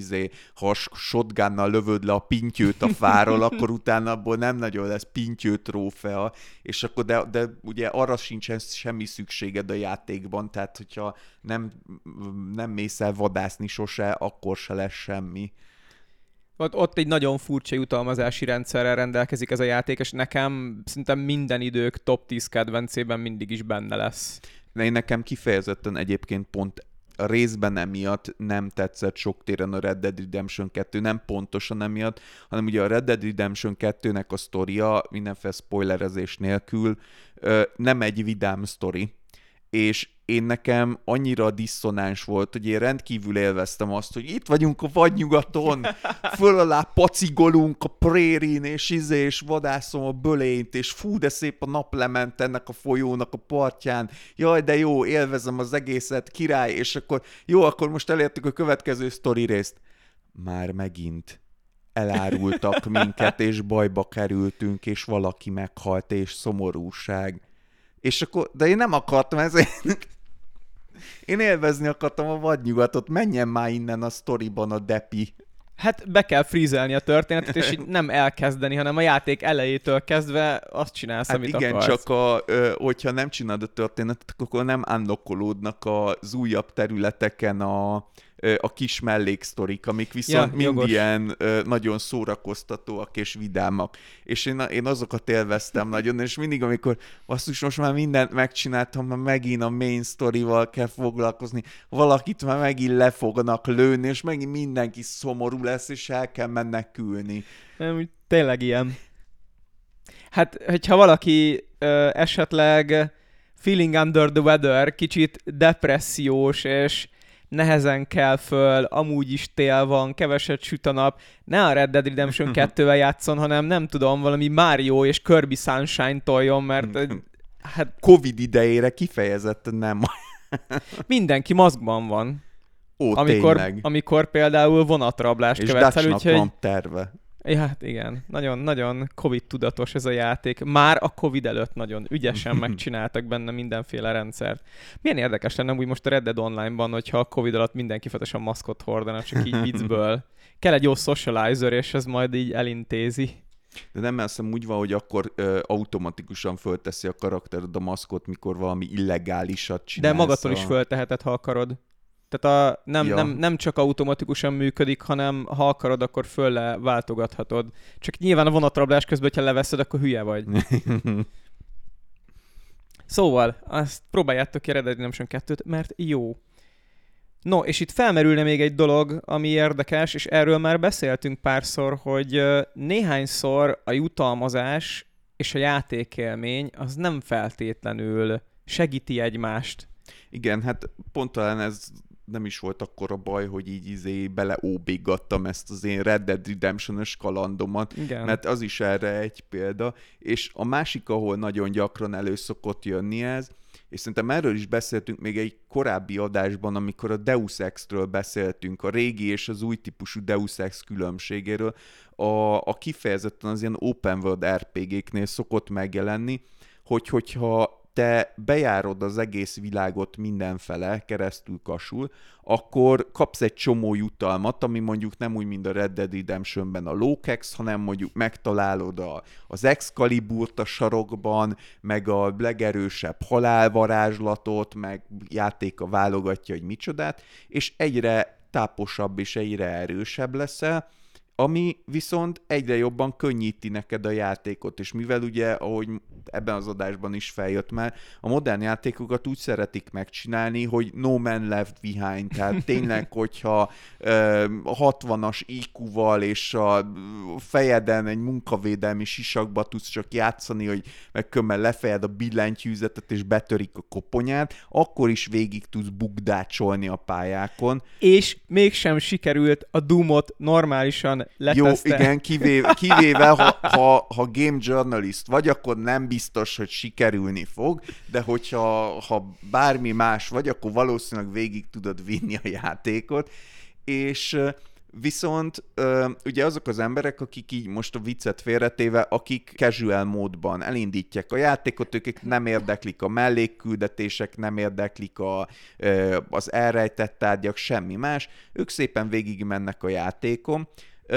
ha shotgunnal lövöd le a pintyőt a fáról, akkor utána abból nem nagyon lesz pintyő trófea, és akkor de ugye arra sincsen semmi szükséged a játékban, tehát hogyha nem mész el vadászni sose, akkor se lesz semmi. Ott egy nagyon furcsa jutalmazási rendszerrel rendelkezik ez a játék, és nekem szinte minden idők top 10 kedvencében mindig is benne lesz. Nekem kifejezetten egyébként pont a részben emiatt nem tetszett sok téren a Red Dead Redemption 2, nem pontosan emiatt, hanem ugye a Red Dead Redemption 2-nek a sztoria, mindenféle spoilerezés nélkül, nem egy vidám sztori. És nekem annyira diszonáns volt, hogy én rendkívül élveztem azt, hogy itt vagyunk a vadnyugaton, föl alá pacigolunk a prérin, és vadászom a bölényt, és fú, de szép a naplement ennek a folyónak a partján, jaj, de jó, élvezem az egészet, király, és akkor most elértük a következő sztori részt. Már megint elárultak minket, és bajba kerültünk, és valaki meghalt, és szomorúság. És akkor, de én nem akartam ezért. Én élvezni akartam a vadnyugatot, menjen már innen a sztoriban a depi. Hát be kell frízelni a történetet, és így nem elkezdeni, hanem a játék elejétől kezdve azt csinálsz, amit igen, akarsz. csak hogyha nem csinálod a történetet, akkor nem unlockolódnak az újabb területeken a kis melléksztorik, amik viszont mind ilyen nagyon szórakoztatóak és vidámak. És én azokat élveztem nagyon, és mindig, amikor basszus, most már mindent megcsináltam, már megint a main storyval kell foglalkozni, valakit már megint le fognak lőni, és megint mindenki szomorú lesz, és el kell menekülni. Tényleg ilyen. Hát, hogyha valaki esetleg feeling under the weather, kicsit depressziós, és nehezen kell föl, amúgy is tél van, keveset süt a nap, ne a Red Dead Redemption 2-vel játszon, hanem nem tudom, valami Mario és Kirby Sunshine toljon, mert hát Covid idejére kifejezetten nem. mindenki maszkban van. Ó, tényleg. Amikor például vonatrablást követsz el, úgyhogy... van terve. Ja, hát igen, nagyon Covid tudatos ez a játék. Már a Covid előtt nagyon ügyesen megcsináltak benne mindenféle rendszert. Milyen érdekes lenne úgy most a Red Dead Online-ban, hogyha a Covid alatt mindenki folyamatosan maszkot hordana, csak így viccből. Kell egy jó socializer, és ez majd így elintézi. De nem, azt hiszem úgy van, hogy akkor automatikusan fölteszi a karaktered a maszkot, mikor valami illegálisat csinálsz. De magadtól is fölteheted, ha akarod. Tehát nem csak automatikusan működik, hanem ha akarod, akkor fölle váltogathatod. Csak nyilván a vonatrablás közben, hogyha leveszed, akkor hülye vagy. Szóval, azt próbáljátok ki a Red Dead Redemption 2-t, mert jó. No, és itt felmerülne még egy dolog, ami érdekes, és erről már beszéltünk párszor, hogy néhányszor a jutalmazás és a játékélmény az nem feltétlenül segíti egymást. Igen, hát pont talán ez nem is volt akkora baj, hogy így beleóbégattam ezt az én Red Dead Redemption-ös kalandomat, igen. Mert az is erre egy példa, és a másik, ahol nagyon gyakran elő szokott jönni ez, és szerintem erről is beszéltünk még egy korábbi adásban, amikor a Deus Ex-ről beszéltünk, a régi és az új típusú Deus Ex különbségéről, a kifejezetten az ilyen open world RPG-knél szokott megjelenni, hogyha te bejárod az egész világot mindenfele, keresztül kasul, akkor kapsz egy csomó jutalmat, ami mondjuk nem úgy, mint a Red Dead Redemptionben a Lokex, hanem mondjuk megtalálod az Excaliburt a sarokban, meg a legerősebb halálvarázslatot, meg játéka válogatja, hogy micsodát, és egyre táposabb és egyre erősebb leszel, ami viszont egyre jobban könnyíti neked a játékot, és mivel ugye, ahogy ebben az adásban is feljött már, a modern játékokat úgy szeretik megcsinálni, hogy no man left behind, tehát tényleg, hogyha 60-as IQ-val és a fejeden egy munkavédelmi sisakba tudsz csak játszani, hogy megkömmel lefejed a billentyűzetet és betörik a koponyát, akkor is végig tudsz bukdácsolni a pályákon. És mégsem sikerült a Doom-ot normálisan leteszte. Jó, igen, kivéve ha game journalist vagy, akkor nem biztos, hogy sikerülni fog, de hogyha bármi más vagy, akkor valószínűleg végig tudod vinni a játékot, és viszont ugye azok az emberek, akik így most a viccet félretéve, akik casual módban elindítják a játékot, ők nem érdeklik a mellékküldetések, nem érdeklik az elrejtett tárgyak, semmi más, ők szépen végig mennek a játékon,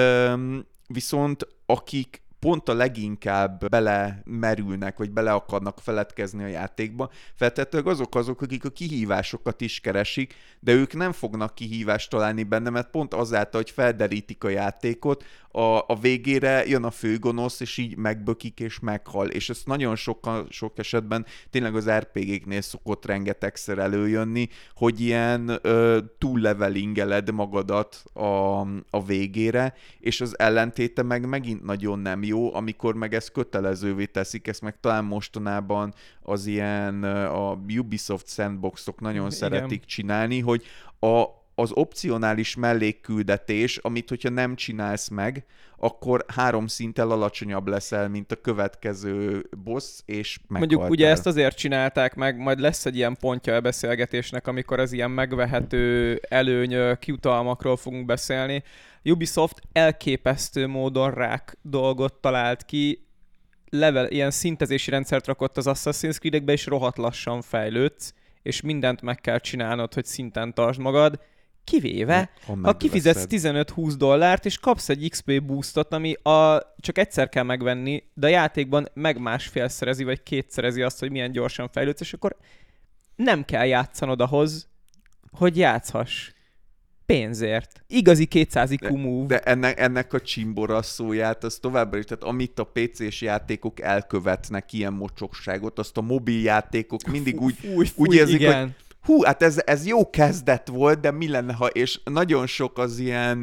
viszont akik pont a leginkább belemerülnek, vagy bele akarnak feledkezni a játékba, feltétlenül azok, akik a kihívásokat is keresik, de ők nem fognak kihívást találni benne, mert pont azáltal, hogy felderítik a játékot, a végére jön a főgonosz, és így megbökik és meghal. És ez nagyon sok esetben tényleg az RPG-knél szokott rengetegszer előjönni, hogy ilyen túllevelingeled magadat a végére, és az ellentéte meg megint nagyon nem jó, amikor meg ezt kötelezővé teszik, ezt meg talán mostanában az ilyen a Ubisoft sandboxok nagyon szeretik csinálni, hogy az opcionális mellékküldetés, amit hogyha nem csinálsz meg, akkor 3 szinttel alacsonyabb leszel, mint a következő boss, és meghaltál. Mondjuk ugye ezt azért csinálták meg, majd lesz egy ilyen pontja a beszélgetésnek, amikor az ilyen megvehető előnyök, jutalmakról fogunk beszélni. Ubisoft elképesztő módon rák dolgot talált ki, ilyen szintezési rendszert rakott az Assassin's Creed-ekbe, és rohadt lassan fejlődsz, és mindent meg kell csinálnod, hogy szinten tartsd magad, kivéve, ha kifizetsz $15-20, és kapsz egy XP boostot, ami csak egyszer kell megvenni, de a játékban meg másfélszerezi, vagy kétszerezi azt, hogy milyen gyorsan fejlődsz, és akkor nem kell játszanod ahhoz, hogy játszhass. Pénzért. Igazi 200 IQ move. De ennek a csimbora szóját, az továbbra is, tehát amit a PC-s játékok elkövetnek ilyen mocsokságot, azt a mobil játékok mindig úgy érzik, hogy hát ez jó kezdet volt, de mi lenne, ha, és nagyon sok az ilyen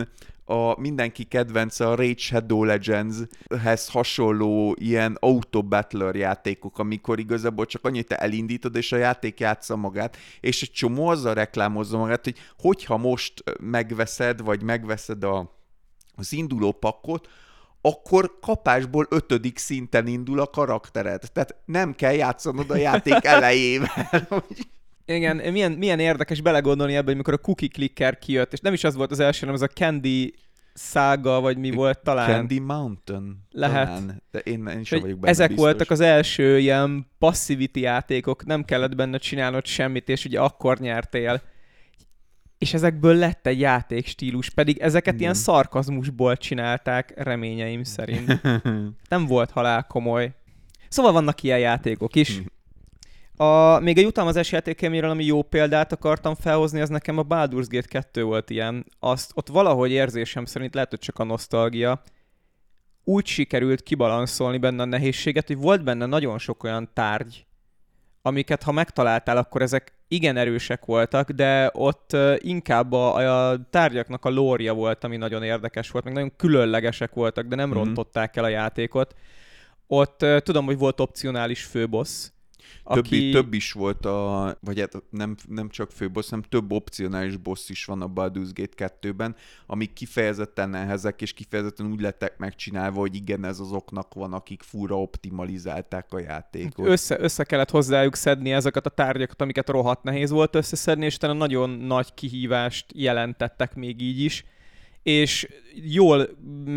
mindenki kedvence a Raid Shadow Legends-hez hasonló ilyen auto-battler játékok, amikor igazából csak annyit te elindítod, és a játék játsza magát, és egy csomó azzal reklámozza magát, hogy hogyha most megveszed az induló pakkot, akkor kapásból 5. szinten indul a karaktered. Tehát nem kell játszanod a játék elejével. Igen, milyen érdekes belegondolni ebbe, amikor a Cookie Clicker kijött, és nem is az volt az első, hanem az a Candy Saga, vagy mi volt talán. Candy Mountain. Lehet. Talán, de én sem vagyok benne ezek biztos. voltak az első ilyen passivity játékok, nem kellett benne csinálnod semmit, és ugye akkor nyertél. És ezekből lett egy játékstílus, pedig ezeket ilyen szarkazmusból csinálták, reményeim szerint. Nem volt halál komoly. Szóval vannak ilyen játékok is. Még egy jutalmazás játékélményről, ami jó példát akartam felhozni, az nekem a Baldur's Gate 2 volt ilyen. Ott valahogy érzésem szerint, lehet, hogy csak a nosztalgia, úgy sikerült kibalanszolni benne a nehézséget, hogy volt benne nagyon sok olyan tárgy, amiket ha megtaláltál, akkor ezek igen erősek voltak, de ott inkább a tárgyaknak a lória volt, ami nagyon érdekes volt, meg nagyon különlegesek voltak, de nem rontották el a játékot. Ott tudom, hogy volt opcionális főbossz, Több is volt vagy hát nem csak főbossz, hanem több opcionális boss is van a Baldur's Gate 2-ben, amik kifejezetten nehezek, és kifejezetten úgy lettek megcsinálva, hogy igen, ez azoknak van, akik fura optimalizálták a játékot. Össze kellett hozzájuk szedni ezeket a tárgyakat, amiket rohadt nehéz volt összeszedni, és utána nagyon nagy kihívást jelentettek még így is. És jól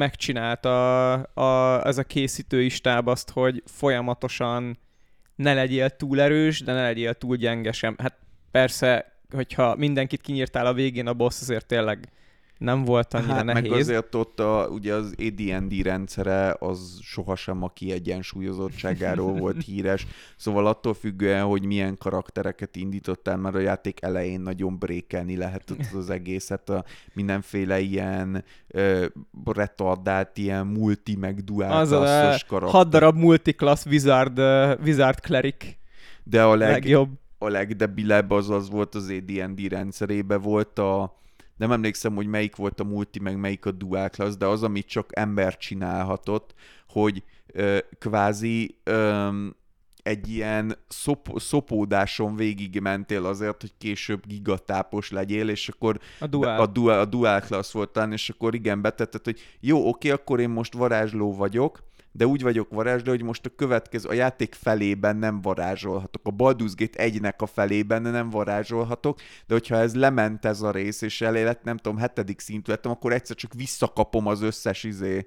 megcsinálta ez a készítői stáb azt, hogy folyamatosan ne legyél túl erős, de ne legyél túl gyenge sem. Hát persze, hogyha mindenkit kinyírtál a végén, a boss azért tényleg nem volt annyira nehéz. Meg azért ott ugye az AD&D rendszere az sohasem a kiegyensúlyozottságáról volt híres, szóval attól függően, hogy milyen karaktereket indítottál, mert a játék elején nagyon brékelni lehetett az egészet, mindenféle ilyen retardált, ilyen multi meg dual klasszos karakter. 6 darab multiclass wizard cleric. De legjobb. A legdebilebb az volt az AD&D rendszerében volt nem emlékszem, hogy melyik volt a multi, meg melyik a dual class, de az, amit csak ember csinálhatott, hogy kvázi egy ilyen szopódáson végigmentél azért, hogy később gigatápos legyél, és akkor a dual class volt talán, és akkor igen, betetted, hogy jó, oké, akkor én most varázsló vagyok, de úgy vagyok varázsló, hogy most a játék felében nem varázsolhatok. A Baldur's Gate 1-nek a felében nem varázsolhatok, de hogyha ez lement ez a rész, és elé lett, nem tudom, 7. szintű lettem, akkor egyszer csak visszakapom az összes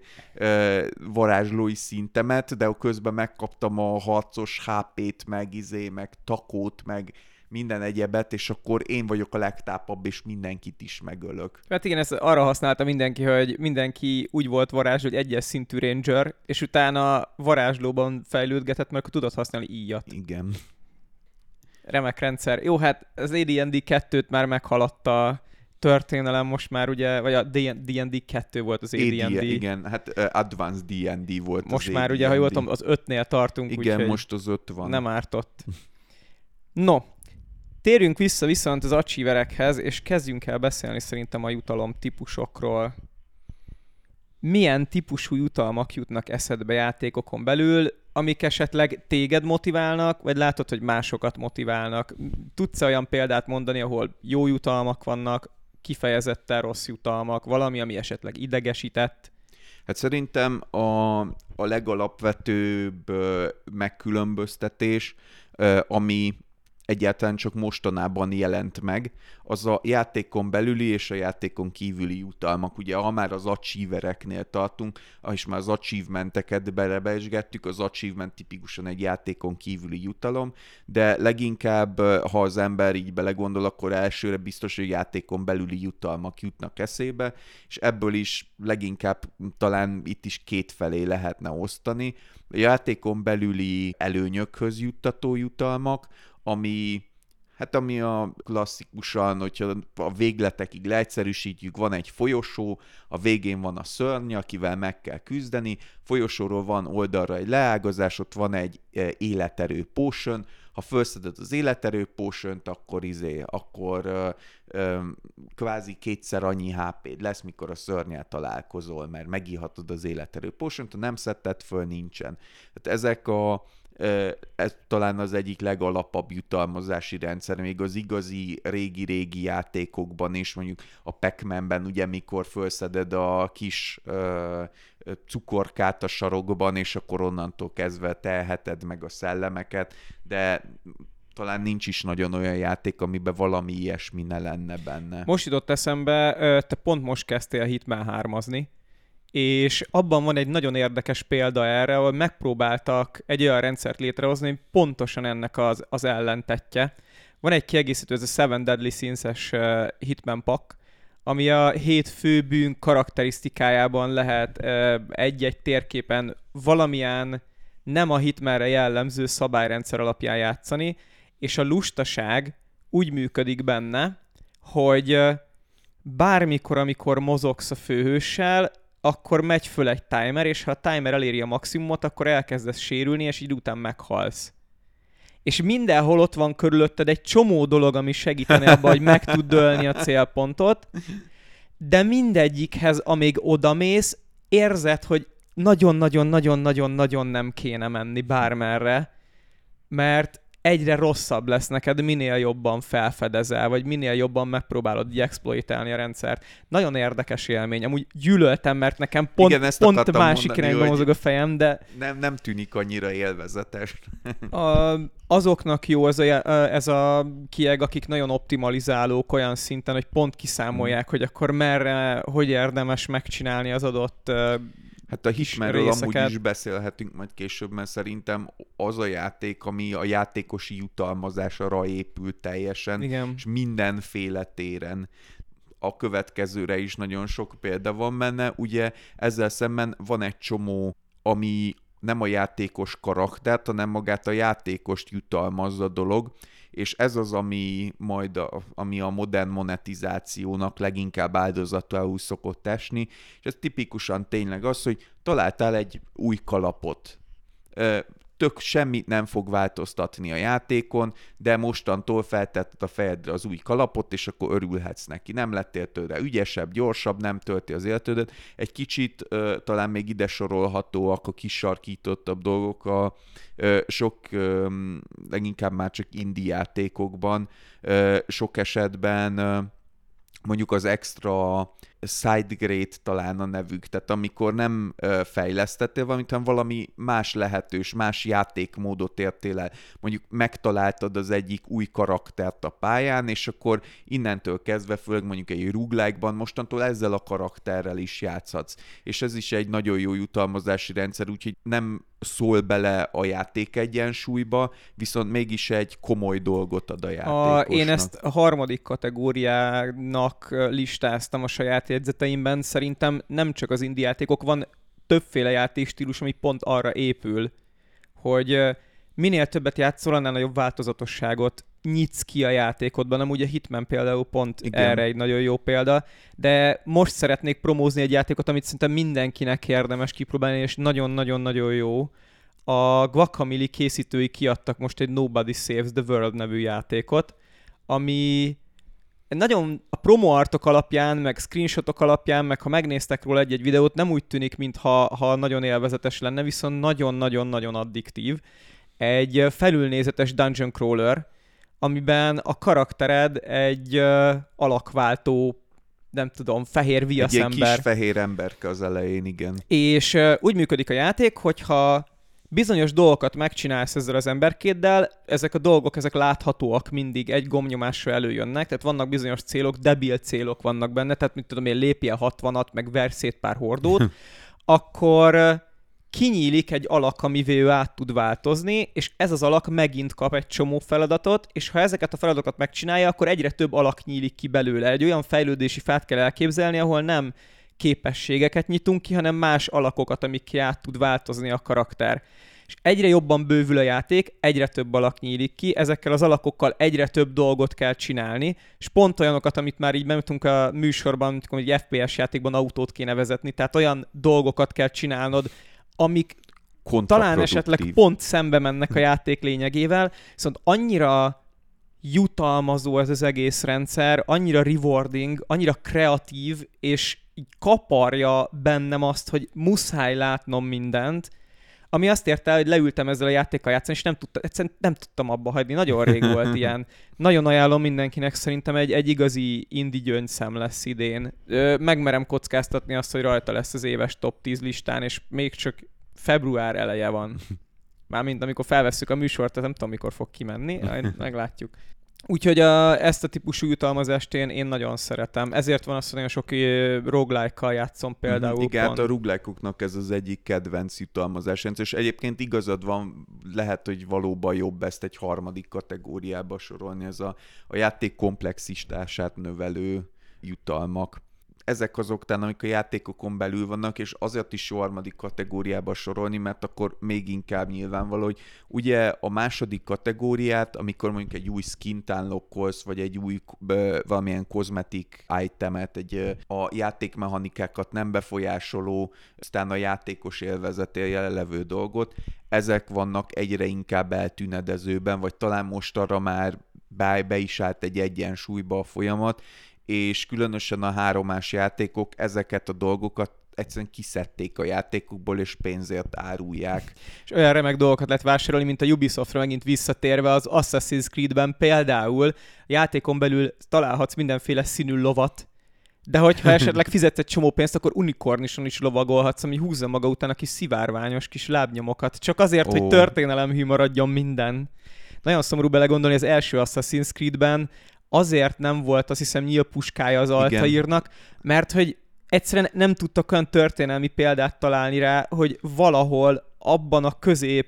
varázslói szintemet, de közben megkaptam a harcos HP-t, meg takót, meg minden egyebet, és akkor én vagyok a legtápabb, és mindenkit is megölök. Hát igen, ezt arra használta mindenki, hogy mindenki úgy volt varázsló, hogy 1-es szintű ranger, és utána varázslóban fejlődgetett, mert akkor tudod használni íjat. Igen. Remek rendszer. Jó, hát az AD&D 2-t már meghaladta történelem most már, ugye, vagy a D&D 2 volt az AD&D. Igen, hát Advanced D&D volt most az már AD&D. ugye, ha jól tudom, az 5-nél tartunk. Igen, most az 5 van. Nem ártott. No, térjünk vissza viszont az achieverekhez, és kezdjünk el beszélni szerintem a jutalom típusokról. Milyen típusú jutalmak jutnak eszedbe játékokon belül, amik esetleg téged motiválnak, vagy látod, hogy másokat motiválnak? Tudsz olyan példát mondani, ahol jó jutalmak vannak, kifejezetten rossz jutalmak, valami, ami esetleg idegesített? Hát szerintem a legalapvetőbb megkülönböztetés, ami egyáltalán csak mostanában jelent meg, az a játékon belüli és a játékon kívüli jutalmak. Ugye, ha már az achievereknél tartunk, és már az achievementeket belebesgettük, az achievement tipikusan egy játékon kívüli jutalom, de leginkább, ha az ember így belegondol, akkor elsőre biztos, hogy játékon belüli jutalmak jutnak eszébe, és ebből is leginkább talán itt is kétfelé lehetne osztani. A játékon belüli előnyökhöz juttató jutalmak, ami Hát ami a klasszikusan, hogyha a végletekig leegyszerűsítjük, van egy folyosó, a végén van a szörny, akivel meg kell küzdeni, folyosóról van oldalra egy leágazás, ott van egy életerő potion, ha felszeded az életerő potiont, akkor kvázi kétszer annyi HP-d lesz, mikor a szörnyel találkozol, mert megihatod az életerő potiont, ha nem szedted föl, nincsen. Tehát ez talán az egyik legalapabb jutalmazási rendszer, még az igazi régi-régi játékokban is, mondjuk a Pac-Manben, ugye, mikor felszeded a kis cukorkát a sarokban, és akkor onnantól kezdve teheted meg a szellemeket, de talán nincs is nagyon olyan játék, amiben valami ilyesmi ne lenne benne. Most jutott eszembe, te pont most kezdtél Hitman 3-azni, és abban van egy nagyon érdekes példa erre, ahol megpróbáltak egy olyan rendszert létrehozni, hogy pontosan ennek az ellentetje. Van egy kiegészítő, ez a Seven Deadly Sins-es Hitman Pack, ami a 7 főbűn karakterisztikájában lehet egy-egy térképen valamilyen nem a Hitmanre jellemző szabályrendszer alapján játszani, és a lustaság úgy működik benne, hogy bármikor, amikor mozogsz a főhőssel, akkor megy föl egy timer, és ha a timer eléri a maximumot, akkor elkezdesz sérülni, és így után meghalsz. És mindenhol ott van körülötted egy csomó dolog, ami segíteni abban, hogy meg tud dőlni a célpontot, de mindegyikhez, amíg odamész, érzed, hogy nagyon-nagyon-nagyon-nagyon-nagyon nem kéne menni bármerre, mert egyre rosszabb lesz neked, minél jobban felfedezel, vagy minél jobban megpróbálod exploitálni a rendszert. Nagyon érdekes élmény. Amúgy gyűlöltem, mert nekem pont másik irányba mozog a fejem, de... Nem tűnik annyira élvezetes. Azoknak jó ez a kieg, akik nagyon optimalizálók olyan szinten, hogy pont kiszámolják, hogy akkor merre, hogy érdemes megcsinálni az adott hát a Hitmanről amúgy is beszélhetünk majd később, mert szerintem az a játék, ami a játékosi jutalmazásra épül teljesen, igen, és mindenféle téren. A következőre is nagyon sok példa van benne. Ugye ezzel szemben van egy csomó, ami nem a játékos karaktert, hanem magát a játékost jutalmazza dolog, és ez az, ami a modern monetizációnak leginkább áldozatául szokott esni, és ez tipikusan tényleg az, hogy találtál egy új kalapot. Tök semmit nem fog változtatni a játékon, de mostantól feltetted a fejedre az új kalapot, és akkor örülhetsz neki. Nem lettél tőle ügyesebb, gyorsabb, nem tölti az életedet. Egy kicsit talán még ide sorolhatóak a kisarkítottabb dolgok a leginkább már csak indie játékokban, sok esetben mondjuk az extra side grade talán a nevük, tehát amikor nem fejlesztettél valamit, hanem valami más lehetős, más játékmódot értél el. Mondjuk megtaláltad az egyik új karaktert a pályán, és akkor innentől kezdve, főleg mondjuk egy roguelike-ban mostantól ezzel a karakterrel is játszhatsz. És ez is egy nagyon jó jutalmazási rendszer, úgyhogy nem szól bele a játék egyensúlyba, viszont mégis egy komoly dolgot ad a játékosnak. Én ezt a harmadik kategóriának listáztam a saját jegyzeteimben. Szerintem nem csak az indie játékok, van többféle játékstílus, ami pont arra épül, hogy minél többet játszol, annál nagyobb változatosságot nyitsz ki a játékodban. Amúgy a Hitman például pont igen, erre egy nagyon jó példa, de most szeretnék promózni egy játékot, amit szerintem mindenkinek érdemes kipróbálni, és nagyon-nagyon-nagyon jó. A Guacamelee készítői kiadtak most egy Nobody Saves the World nevű játékot, ami nagyon a promo-artok alapján, meg screenshotok alapján, meg ha megnéztek róla egy-egy videót, nem úgy tűnik, mintha nagyon élvezetes lenne, viszont nagyon-nagyon-nagyon addiktív. Egy felülnézetes dungeon crawler, amiben a karaktered egy alakváltó, nem tudom, fehér viaszember. Egy kis fehér emberke az elején, igen. És úgy működik a játék, hogyha bizonyos dolgokat megcsinálsz ezzel az emberkéddel, ezek a dolgok, ezek láthatóak mindig, egy gombnyomásra előjönnek, tehát vannak bizonyos célok, debil célok vannak benne, tehát mit tudom én, lépjél 60-at, meg verj szét pár hordót, akkor kinyílik egy alak, amivé ő át tud változni, és ez az alak megint kap egy csomó feladatot, és ha ezeket a feladatokat megcsinálja, akkor egyre több alak nyílik ki belőle. Egy olyan fejlődési fát kell elképzelni, ahol nem képességeket nyitunk ki, hanem más alakokat, amik át tud változni a karakter. és egyre jobban bővül a játék, egyre több alak nyílik ki, ezekkel az alakokkal egyre több dolgot kell csinálni, és pont olyanokat, amit már így bemutunk a műsorban, hogy egy FPS játékban autót kéne vezetni, tehát olyan dolgokat kell csinálnod, amik talán esetleg pont szembe mennek a játék lényegével, viszont annyira jutalmazó ez az egész rendszer, annyira rewarding, annyira kreatív, és így kaparja bennem azt, hogy muszáj látnom mindent, ami azt érte el, hogy leültem ezzel a játékkal játszani, és egyszerűen nem tudtam abba hagyni. Nagyon rég volt ilyen. Nagyon ajánlom mindenkinek, szerintem egy igazi indie gyöngyszem lesz idén. Megmerem kockáztatni azt, hogy rajta lesz az éves top 10 listán, és még csak február eleje van. Mármint amikor felvesszük a műsort, tehát nem tudom, mikor fog kimenni, meglátjuk. Úgyhogy ezt a típusú jutalmazást én nagyon szeretem. Ezért van az, hogy nagyon sok roguelike-kal játszom például. Igen, hát a roguelike-oknak ez az egyik kedvenc jutalmazás. És egyébként igazad van, lehet, hogy valóban jobb ezt egy harmadik kategóriába sorolni, ez a játék komplexitását növelő jutalmak. Ezek azok talán, amik a játékokon belül vannak, és azért is jó harmadik kategóriába sorolni, mert akkor még inkább nyilvánvaló, hogy ugye a második kategóriát, amikor mondjuk egy új skint unlockolsz, vagy egy új valamilyen kozmetik itemet, a játékmechanikákat nem befolyásoló, aztán a játékos élvezetére jelenlevő dolgot, ezek vannak egyre inkább eltűnedezőben, vagy talán most arra már be is állt egy egyensúlyba a folyamat, és különösen a 3-ás játékok ezeket a dolgokat egyszerűen kiszedték a játékokból, és pénzért árulják. És olyan remek dolgokat lehet vásárolni, mint a Ubisoftra megint visszatérve az Assassin's Creed-ben például játékon belül találhatsz mindenféle színű lovat, de hogyha esetleg fizetsz egy csomó pénzt, akkor unikornison is lovagolhatsz, ami húzza maga után a kis szivárványos kis lábnyomokat. Csak azért, hogy történelemhű maradjon minden. Nagyon szomorú belegondolni, az első Assassin's Creed-ben azért nem volt, azt hiszem, nyílpuskája az Altairnak, mert hogy egyszerűen nem tudtak olyan történelmi példát találni rá, hogy valahol abban a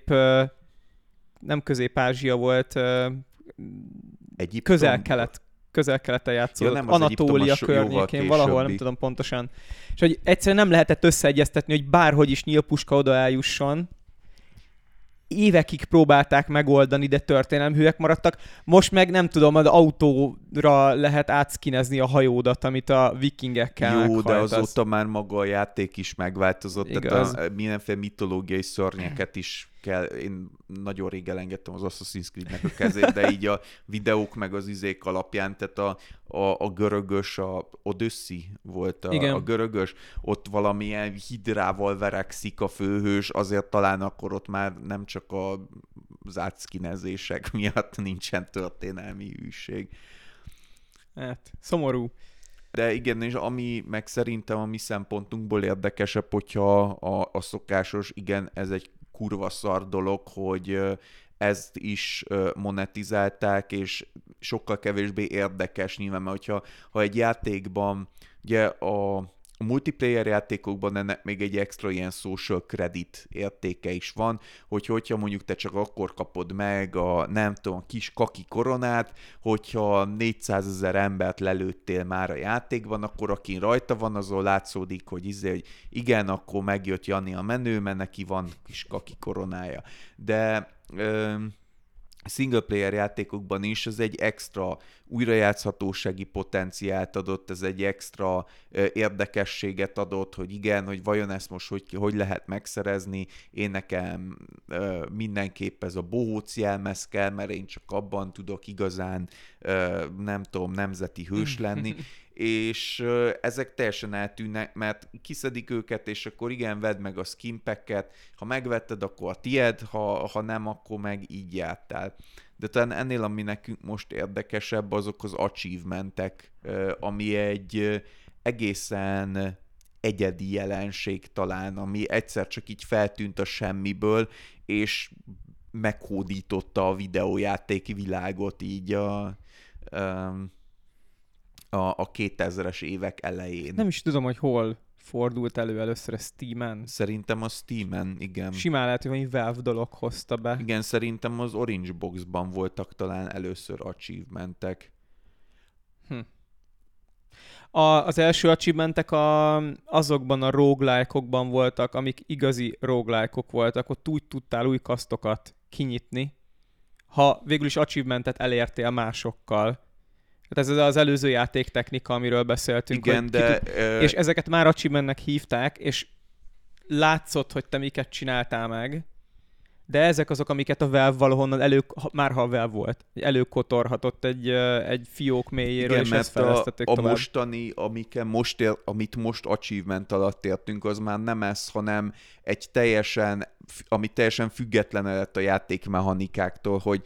nem Közép-Ázsia volt, közel-keleten játszott, Anatólia környékén, valahol, nem tudom pontosan. És hogy egyszerűen nem lehetett összeegyeztetni, hogy bárhogy is nyílpuska oda eljusson. Évekig próbálták megoldani, de történelmhűek maradtak. Most meg nem tudom, az autóra lehet átszkinezni a hajódat, amit a vikingekkel meghajtasz. Jó, de azóta már maga a játék is megváltozott. Igaz. Tehát mindenféle mitológiai szörnyeket is kell. Én nagyon rég elengedtem az Assassin's Creed-nek a kezét, de így a videók meg az izék alapján, tehát a görögös, a Odyssey volt a görögös, ott valamilyen hidrával verekszik a főhős, azért talán akkor ott már nem csak az átszkinezések miatt nincsen történelmi hűség. Hát, szomorú. De igen, és ami meg szerintem a mi szempontunkból érdekesebb, hogyha a szokásos, igen, ez egy kurva szar dolog, hogy ezt is monetizálták, és sokkal kevésbé érdekes nyilván, mert ha egy játékban, ugye a multiplayer játékokban ennek még egy extra ilyen social credit értéke is van, hogyha mondjuk te csak akkor kapod meg a kis kaki koronát, hogyha 400 000 embert lelőttél már a játékban, akkor akin rajta van, azon látszódik, hogy igen, akkor megjött Jani a menő, mert neki van kis kaki koronája. De single player játékokban is ez egy extra újrajátszhatósági potenciált adott, ez egy extra érdekességet adott, hogy igen, hogy vajon ezt most hogy lehet megszerezni, én nekem mindenképp ez a bohóc jelmez kell, mert én csak abban tudok igazán, nemzeti hős lenni, és ezek teljesen eltűnnek, mert kiszedik őket, és akkor igen, vedd meg a skin packet, ha megvetted, akkor a tied, ha nem, akkor meg így jártál. De talán ennél, ami nekünk most érdekesebb, azok az achievementek, ami egy egészen egyedi jelenség talán, ami egyszer csak így feltűnt a semmiből, és meghódította a videójáték világot így a 2000-es évek elején. Nem is tudom, hogy hol fordult elő először a Steamen. Szerintem a Steamen, igen. Simán lehet, hogy valami Valve dolog hozta be. Igen, szerintem az Orange Boxban voltak talán először achievementek. Az első achievementek azokban a roguelike-okban voltak, amik igazi roguelike-ok voltak, ott úgy tudtál új kasztokat kinyitni, ha végül is achievementet elértél másokkal. Tehát ez az előző játéktechnika, amiről beszéltünk. Igen, de... És ezeket már achievementnek hívták, és látszott, hogy te miket csináltál meg, de ezek azok, amiket a Valve valahonnan már ha a Valve volt, előkotorhatott egy fiók mélyéről, igen, és ezt fejlesztették tovább. A mostani, amit most achievement alatt értünk, az már nem ez, hanem ami teljesen független lett a játékmechanikáktól, hogy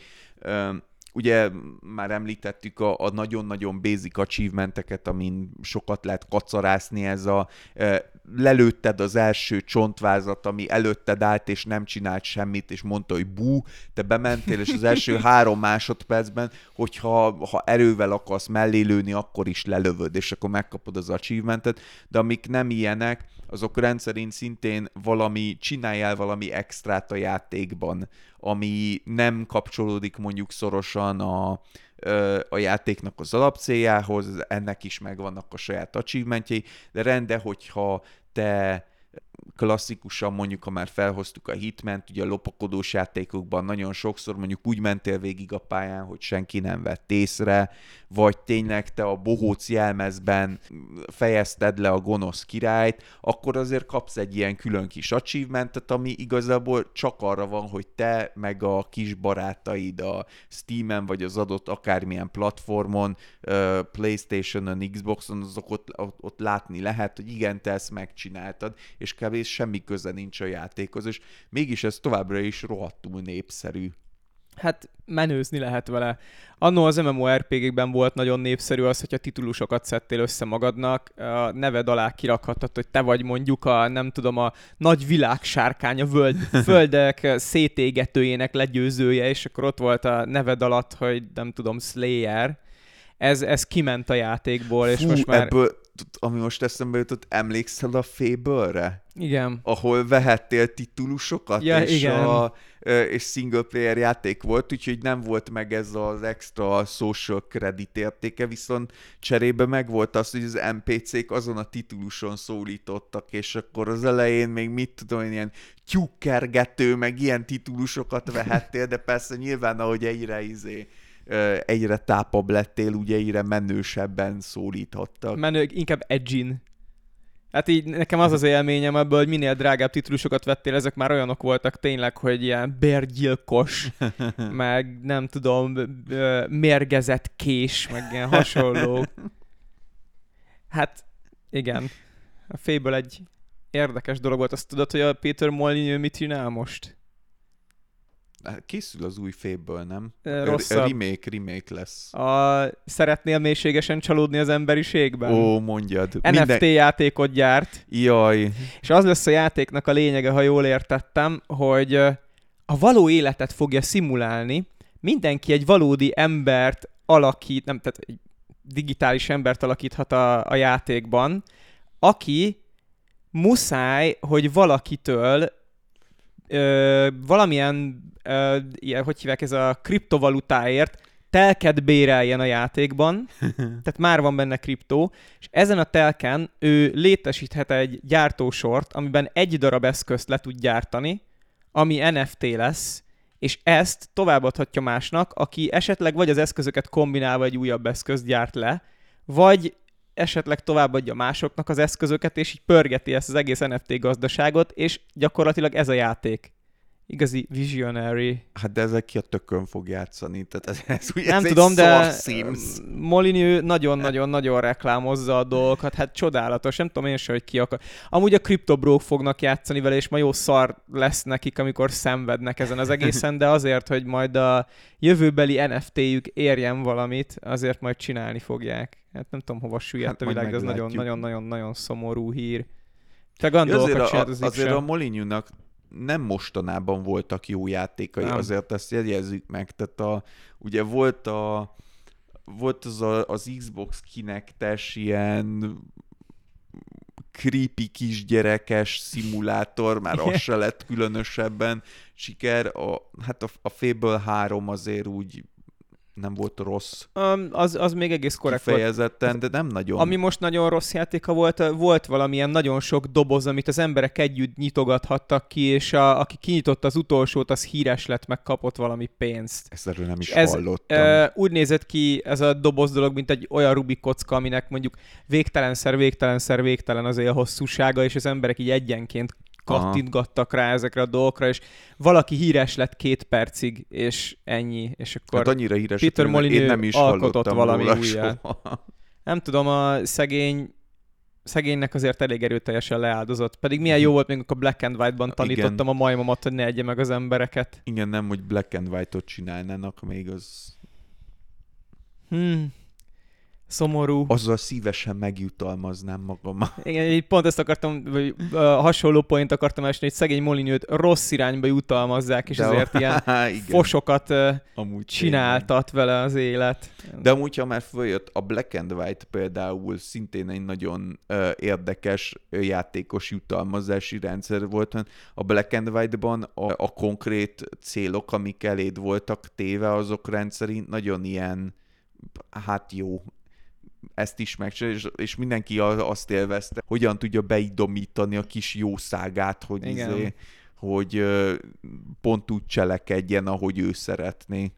ugye már említettük a nagyon-nagyon basic achievementeket, amin sokat lehet kacarászni, ez lelőtted az első csontvázat, ami előtted állt, és nem csinált semmit, és mondta, hogy bú, te bementél, és az első 3 másodpercben, hogyha erővel akarsz mellé lőni, akkor is lelövöd, és akkor megkapod az achievementet, de amik nem ilyenek, azok rendszerint szintén csináljál valami extrát a játékban, ami nem kapcsolódik mondjuk szorosan a játéknak az alapcéljához, ennek is megvannak a saját achievementjei, de hogyha te klasszikusan mondjuk, ha már felhoztuk a Hitment, ugye a lopakodós játékokban nagyon sokszor mondjuk úgy mentél végig a pályán, hogy senki nem vett észre, vagy tényleg te a bohóc jelmezben fejezted le a gonosz királyt, akkor azért kapsz egy ilyen külön kis achievementet, ami igazából csak arra van, hogy te meg a kis barátaid a Steamen, vagy az adott akármilyen platformon, PlayStation-on, Xboxon, azok ott látni lehet, hogy igen, te ezt megcsináltad, és kb. Semmi köze nincs a játékhoz, és mégis ez továbbra is rohadtul népszerű. Hát menőzni lehet vele. Annó az MMORPG-kben volt nagyon népszerű az, hogyha titulusokat szedtél össze magadnak, a neved alá kirakhattad, hogy te vagy mondjuk a nagy világsárkány, a földek szétégetőjének legyőzője, és akkor ott volt a neved alatt, hogy Slayer. Ez kiment a játékból, és most már... Ebből, ami most eszembe jutott, emlékszel a Fable-re? Igen. Ahol vehettél titulusokat, ja, és, igen. És single player játék volt, úgyhogy nem volt meg ez az extra social credit értéke, viszont cserébe meg volt az, hogy az NPC-k azon a tituluson szólítottak, és akkor az elején még mit tudom, ilyen tyúkkergető, meg ilyen titulusokat vehettél, de persze nyilván, ahogy egyre tápabb lettél, ugye egyre menősebben szólíthattak. Inkább edgin. Hát így nekem az élményem ebből, hogy minél drágább titulusokat vettél, ezek már olyanok voltak tényleg, hogy ilyen bérgyilkos, meg nem tudom, mérgezett kés, meg ilyen hasonló. Hát igen, a Fable egy érdekes dolog volt. Azt tudod, hogy a Peter Molyneux mit csinál most? Készül az új Fable, nem? Rosszabb. Remake lesz. Szeretnél mélységesen csalódni az emberiségben? Ó, mondjad. NFT játékot gyárt. Jaj. És az lesz a játéknak a lényege, ha jól értettem, hogy a való életet fogja szimulálni, mindenki egy valódi embert alakít, tehát egy digitális embert alakíthat a játékban, aki muszáj, hogy valakitől valamilyen, hogy hívják, ez a kriptovalutáért telket béreljen a játékban, tehát már van benne kriptó, és ezen a telken ő létesíthet egy gyártósort, amiben egy darab eszközt le tud gyártani, ami NFT lesz, és ezt továbbadhatja másnak, aki esetleg vagy az eszközöket kombinálva egy újabb eszközt gyárt le, vagy esetleg továbbadja másoknak az eszközöket, és így pörgeti ezt az egész NFT gazdaságot, és gyakorlatilag ez a játék. Igazi visionary. Hát de ezek ki a tökön fog játszani, tehát ez nem tudom, de Molyneux nagyon-nagyon-nagyon reklámozza a dolgokat, hát csodálatos, nem tudom én sem, hogy ki akar. Amúgy a kriptobrók fognak játszani vele, és ma jó szar lesz nekik, amikor szenvednek ezen az egészen, de azért, hogy majd a jövőbeli NFT-jük érjen valamit, azért majd csinálni fogják. Hát nem tudom, hova süllyedt a világ, de ez nagyon-nagyon-nagyon szomorú hír. Te gondolkat csinált az azért a Molyneux-nak nem mostanában voltak jó játékai, nem. Azért ezt jegyezzük meg. Tehát ugye volt az Xbox Kinect-es ilyen creepy kisgyerekes szimulátor, már az se lett különösebben siker. A Fable 3 azért úgy nem volt rossz Az még egész korrekt volt. kifejezetten, de nem nagyon. Ami most nagyon rossz játéka volt valamilyen nagyon sok doboz, amit az emberek együtt nyitogathattak ki, és aki kinyitotta az utolsót, az híres lett, meg kapott valami pénzt. Ezt erről nem is hallottam. Úgy nézett ki ez a doboz dolog, mint egy olyan Rubik kocka, aminek mondjuk végtelen az élhosszúsága, és az emberek így egyenként kattintgattak rá ezekre a dolgokra, és valaki híres lett 2 percig, és ennyi. És akkor hát annyira híres, Peter én Molyneux nem is alkotott valami róla újját. soha. Nem tudom, a szegénynek azért elég erőteljesen leáldozott. Pedig milyen jó volt, még a Black and White-ban tanítottam Igen. a majmomat, hogy ne egye meg az embereket. Igen, nem, hogy Black and White-ot csinálnának még, az... Szomorú. Azzal szívesen megjutalmaznám magam. Igen, így pont ezt akartam, vagy hasonló point akartam esni, hogy szegény Molyneux-t rossz irányba jutalmazzák, és ezért ilyen fosokat csináltat vele az élet. De amúgy, ha már följött, a Black and White például szintén egy nagyon érdekes játékos jutalmazási rendszer volt, mert a Black and White-ban a konkrét célok, amik eléd voltak téve, azok rendszerint nagyon ilyen, hát jó, ezt is megcsinálja, és mindenki azt élvezte, hogyan tudja beidomítani a kis jószágát, hogy pont úgy cselekedjen, ahogy ő szeretné.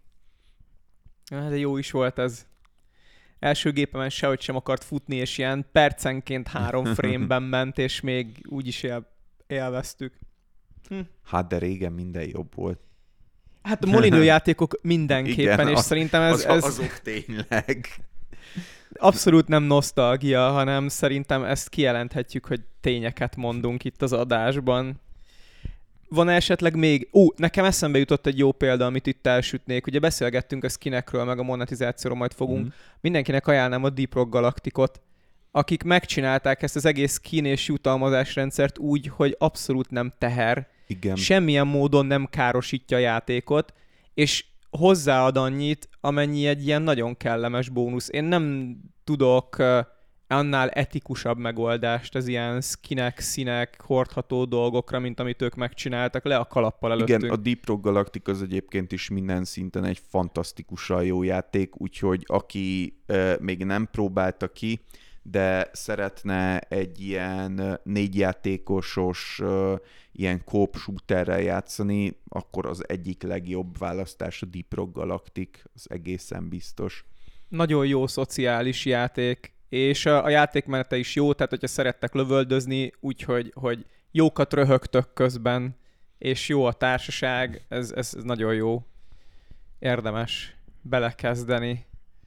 De jó is volt ez. Első gépemen sehogy sem akart futni, és ilyen percenként 3 frame-ben ment, és még úgy is élveztük. Hát de régen minden jobb volt. Hát a Molyneux játékok mindenképpen, igen, és szerintem ez... Azok tényleg... Abszolút nem nosztalgia, hanem szerintem ezt kijelenthetjük, hogy tényeket mondunk itt az adásban. Van esetleg még... nekem eszembe jutott egy jó példa, amit itt elsütnék. Ugye beszélgettünk a skinekről, meg a monetizációról majd fogunk. Mindenkinek ajánlom a Deep Rock Galacticot, akik megcsinálták ezt az egész skin és jutalmazásrendszert úgy, hogy abszolút nem teher. Igen. Semmilyen módon nem károsítja a játékot, és hozzáad annyit, amennyi egy ilyen nagyon kellemes bónusz. Én nem tudok annál etikusabb megoldást az ilyen skinek, színek, hordható dolgokra, mint amit ők megcsináltak le a kalappal előttünk. Igen, a Deep Rock Galactic az egyébként is minden szinten egy fantasztikusan jó játék, úgyhogy aki még nem próbálta ki, de szeretne egy ilyen 4 játékosos ilyen co-op shooterrel játszani, akkor az egyik legjobb választás a Deep Rock Galactic, az egészen biztos. Nagyon jó szociális játék, és a játékmenete is jó, tehát hogyha szerettek lövöldözni, úgyhogy hogy jókat röhögtök közben, és jó a társaság, ez nagyon jó. Érdemes belekezdeni.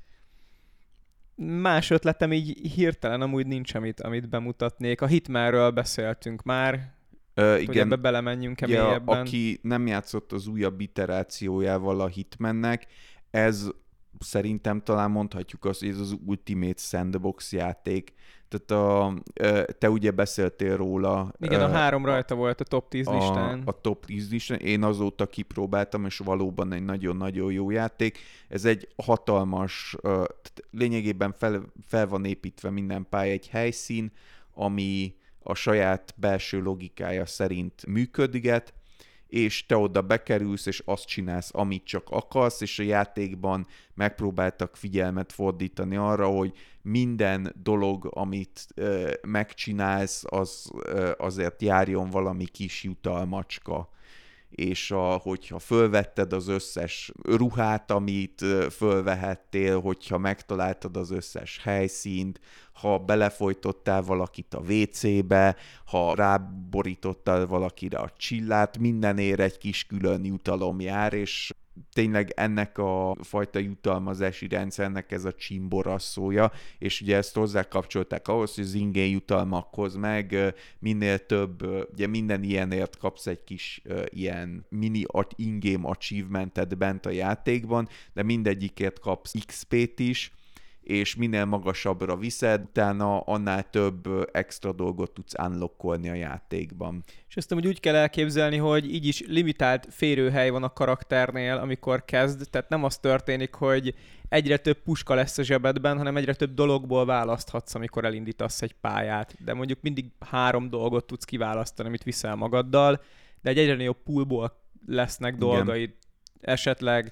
Más ötletem így hirtelen amúgy nincs, amit bemutatnék. A Hitmanről beszéltünk már, hogy ebbe belemenjünk-e mélyebben. Aki nem játszott az újabb iterációjával a Hitmannek, ez szerintem talán mondhatjuk azt, hogy ez az Ultimate Sandbox játék. Tehát te ugye beszéltél róla. Igen, a 3 rajta volt a top 10 listán. A top 10 listán. Én azóta kipróbáltam, és valóban egy nagyon-nagyon jó játék. Ez egy hatalmas, lényegében fel van építve minden pálya egy helyszín, ami a saját belső logikája szerint működget, és te oda bekerülsz, és azt csinálsz, amit csak akarsz, és a játékban megpróbáltak figyelmet fordítani arra, hogy minden dolog, amit megcsinálsz, az azért járjon valami kis jutalmacska. És hogyha fölvetted az összes ruhát, amit fölvehettél, hogyha megtaláltad az összes helyszínt, ha belefolytottál valakit a WC-be, ha ráborítottál valakire a csillát, mindenért egy kis külön jutalom jár, és tényleg ennek a fajta jutalmazási rendszernek ez a csimborasszója, és ugye ezt hozzákapcsolták ahhoz, hogy az in-game jutalmakhoz meg minél több, ugye minden ilyenért kapsz egy kis ilyen mini in-game achievementet bent a játékban, de mindegyikért kapsz XP-t is, és minél magasabbra viszed, utána annál több extra dolgot tudsz unlockolni a játékban. És ezt úgy kell elképzelni, hogy így is limitált férőhely van a karakternél, amikor kezd, tehát nem az történik, hogy egyre több puska lesz a zsebedben, hanem egyre több dologból választhatsz, amikor elindítasz egy pályát. De mondjuk mindig 3 dolgot tudsz kiválasztani, amit viszel magaddal, de egy egyre nagyobb poolból lesznek dolgaid. Esetleg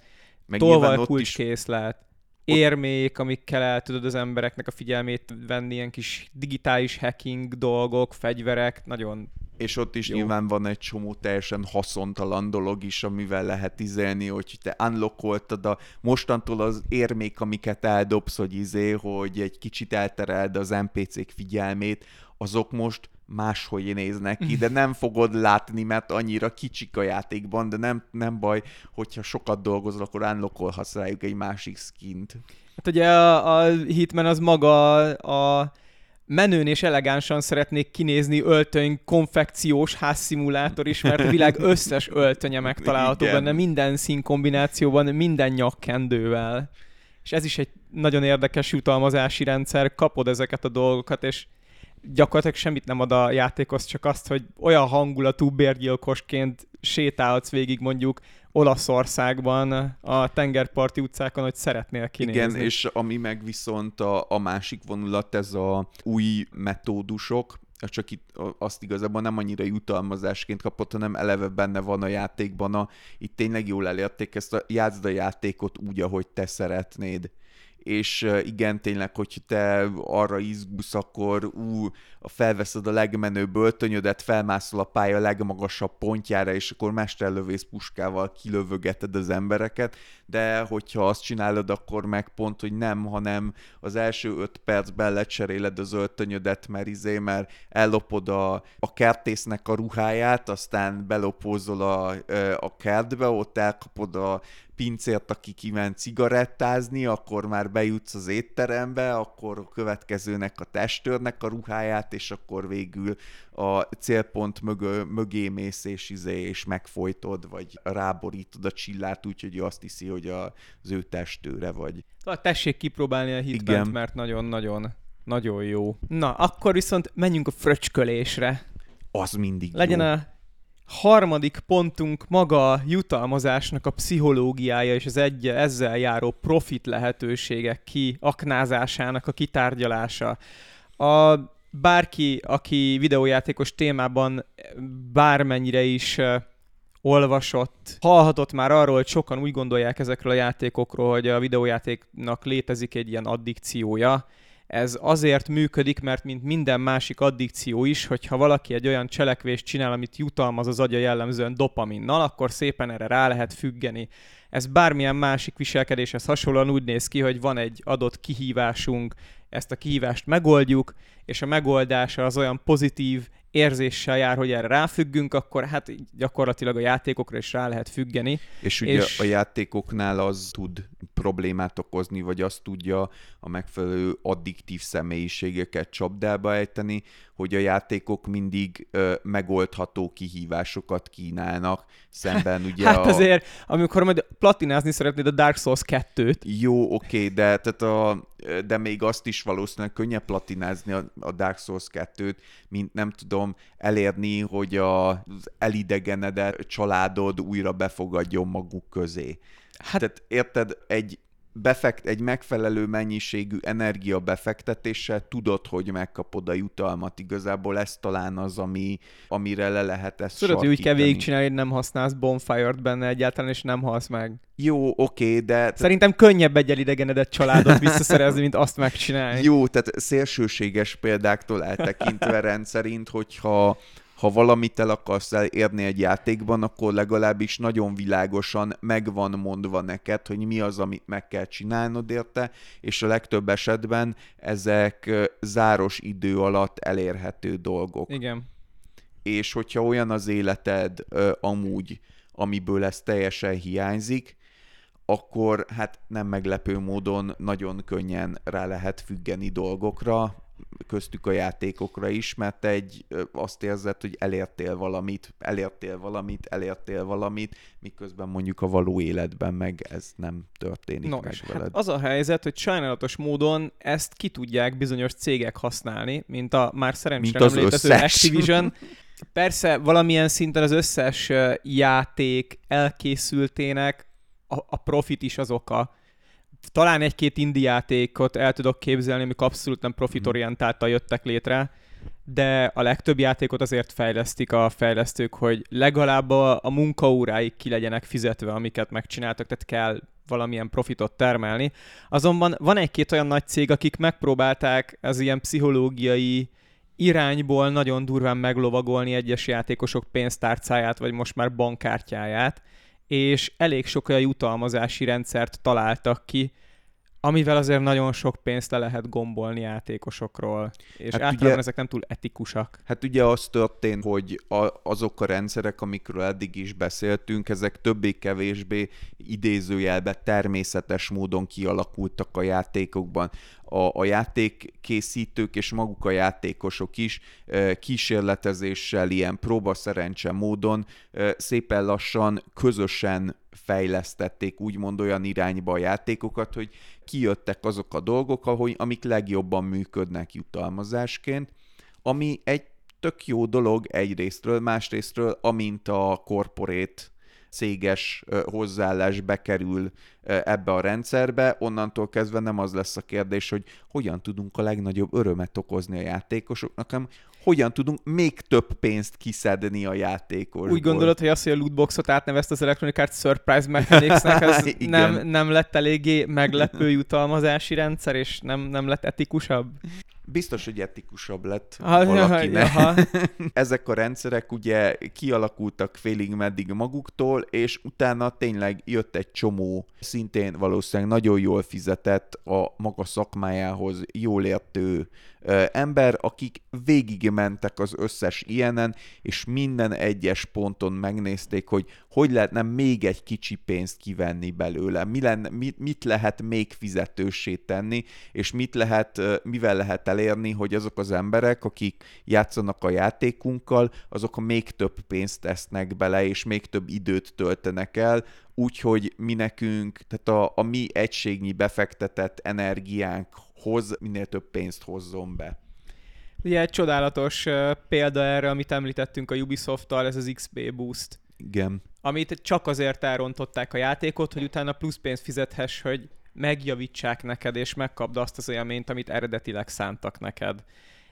Meg tolvaj kulcskészlet, érmék, amikkel el tudod az embereknek a figyelmét venni, ilyen kis digitális hacking dolgok, fegyverek, nagyon és ott is jó. Nyilván van egy csomó teljesen haszontalan dolog is, amivel lehet izelni, hogy te unlockoltad mostantól az érmék, amiket eldobsz, hogy egy kicsit eltereld az NPC-k figyelmét, azok most máshogy néznek ki, de nem fogod látni, mert annyira kicsik a játékban, de nem baj, hogyha sokat dolgozol, akkor unlockolhatsz rájuk egy másik skint. Hát ugye a Hitman az maga a menőn és elegánsan szeretnék kinézni öltöny konfekciós házszimulátor is, mert a világ összes öltönye megtalálható benne, minden színkombinációban, minden nyakkendővel. És ez is egy nagyon érdekes jutalmazási rendszer, kapod ezeket a dolgokat, és gyakorlatilag semmit nem ad a játékhoz, csak azt, hogy olyan hangulatú bérgyilkosként sétálhatsz végig mondjuk Olaszországban a tengerparti utcákon, hogy szeretnél kinézni. Igen, és ami meg viszont a másik vonulat, ez a új metódusok, csak itt azt igazából nem annyira jutalmazásként kapott, hanem eleve benne van a játékban. Itt tényleg jól elérték ezt játszd a játékot úgy, ahogy te szeretnéd. És igen, tényleg, hogy te arra izgulsz, akkor felveszed a legmenőbb öltönyödet, felmászol a pálya legmagasabb pontjára, és akkor mesterlövész puskával kilövögeted az embereket, de hogyha azt csinálod, akkor meg pont, hogy nem, hanem az első 5 percben lecseréled az öltönyödet, mert ellopod a kertésznek a ruháját, aztán belopózol a kertbe, ott elkapod a pincért, aki kiment cigarettázni, akkor már bejutsz az étterembe, akkor a következőnek a testőrnek a ruháját, és akkor végül a célpont mögé mész, és megfojtod, vagy ráborítod a csillát, úgyhogy azt hiszi, hogy az ő testőre vagy. Tessék kipróbálni a Hitmant, mert nagyon jó. Na, akkor viszont menjünk a fröcskölésre. Az mindig legyen jó. A harmadik pontunk maga a jutalmazásnak a pszichológiája és az ezzel járó profit lehetőségek kiaknázásának a kitárgyalása. Bárki, aki videójátékos témában bármennyire is olvasott, hallhatott már arról, hogy sokan úgy gondolják ezekről a játékokról, hogy a videójátéknak létezik egy ilyen addikciója. Ez azért működik, mert mint minden másik addikció is, hogyha valaki egy olyan cselekvést csinál, amit jutalmaz az agya jellemzően dopaminnal, akkor szépen erre rá lehet függeni. Ez bármilyen másik viselkedéshez hasonlóan úgy néz ki, hogy van egy adott kihívásunk, ezt a kihívást megoldjuk, és a megoldása az olyan pozitív érzéssel jár, hogy erre ráfüggünk, akkor hát gyakorlatilag a játékokra is rá lehet függeni. És ugye a játékoknál az tud problémát okozni, vagy azt tudja a megfelelő addiktív személyiségeket csapdába ejteni, hogy a játékok mindig megoldható kihívásokat kínálnak, szemben ugye hát azért, amikor majd platinázni szeretnéd a Dark Souls 2-t. Jó, oké, de még azt is valószínűleg könnyebb platinázni a Dark Souls 2-t, mint nem tudom elérni, hogy az elidegenedett családod újra befogadjon maguk közé. Hát, tehát érted, egy megfelelő mennyiségű energia befektetéssel tudod, hogy megkapod a jutalmat. Igazából ez talán az, amire le lehet ezt sarkítani. Tudod, hogy úgy kell végigcsinálni, hogy nem használsz bonfire-t benne egyáltalán, és nem halsz meg. Jó, oké, de... Szerintem könnyebb egy elidegenedett családot visszaszerezni, mint azt megcsinálni. Jó, tehát szélsőséges példáktól eltekintve rendszerint, hogyha valamit el akarsz érni egy játékban, akkor legalábbis nagyon világosan meg van mondva neked, hogy mi az, amit meg kell csinálnod érte, és a legtöbb esetben ezek záros idő alatt elérhető dolgok. Igen. És hogyha olyan az életed amúgy, amiből ez teljesen hiányzik, akkor hát nem meglepő módon nagyon könnyen rá lehet függeni dolgokra, köztük a játékokra is, mert azt érzed, hogy elértél valamit, miközben mondjuk a való életben meg ez nem történik meg veled. Hát az a helyzet, hogy sajnálatos módon ezt ki tudják bizonyos cégek használni, mint a már szerencsére nem létező Activision. Persze valamilyen szinten az összes játék elkészültének a profit is az oka. Talán egy-két indie játékot el tudok képzelni, amik abszolút nem profitorientáltan jöttek létre, de a legtöbb játékot azért fejlesztik a fejlesztők, hogy legalább a munkaóráig ki legyenek fizetve, amiket megcsináltak, tehát kell valamilyen profitot termelni. Azonban van egy-két olyan nagy cég, akik megpróbálták az ilyen pszichológiai irányból nagyon durván meglovagolni egyes játékosok pénztárcáját, vagy most már bankkártyáját, és elég sok olyan jutalmazási rendszert találtak ki, amivel azért nagyon sok pénzt le lehet gombolni játékosokról. És hát általában ugye, ezek nem túl etikusak. Hát ugye az történt, hogy azok a rendszerek, amikről eddig is beszéltünk, ezek többé-kevésbé idézőjelben természetes módon kialakultak a játékokban. A játékkészítők és maguk a játékosok is kísérletezéssel, ilyen próbaszerencse módon szépen lassan közösen fejlesztették úgymond olyan irányba a játékokat, hogy kijöttek azok a dolgok, amik legjobban működnek jutalmazásként, ami egy tök jó dolog egyrésztről, másrésztről, amint a corporate céges hozzáállás bekerül ebbe a rendszerbe, onnantól kezdve nem az lesz a kérdés, hogy hogyan tudunk a legnagyobb örömet okozni a játékosoknak, hanem hogyan tudunk még több pénzt kiszedni a játékosból. Úgy gondolod, hogy az, hogy a lootboxot átnevezte az Electronic Arts Surprise Mechanics-nek, az nem lett eléggé meglepő jutalmazási rendszer, és nem lett etikusabb? Biztos, hogy etikusabb lett valakinek. Ezek a rendszerek ugye kialakultak félig-meddig maguktól, és utána tényleg jött egy csomó, szintén valószínűleg nagyon jól fizetett, a maga szakmájához jól értő ember, akik végigmentek az összes ilyenen, és minden egyes ponton megnézték, hogy lehetne még egy kicsi pénzt kivenni belőle, mit lehet még fizetőssé tenni, és mivel lehet elérni, hogy azok az emberek, akik játszanak a játékunkkal, azok még több pénzt tesznek bele, és még több időt töltenek el, úgyhogy mi nekünk, tehát a mi egységnyi befektetett energiánkhoz minél több pénzt hozzon be. Ugye egy csodálatos példa erre, amit említettünk a Ubisoft-tal, ez az XP Boost. Igen. Amit csak azért elrontották a játékot, hogy utána plusz pénzt fizethess, hogy megjavítsák neked, és megkapd azt az élményt, amit eredetileg szántak neked.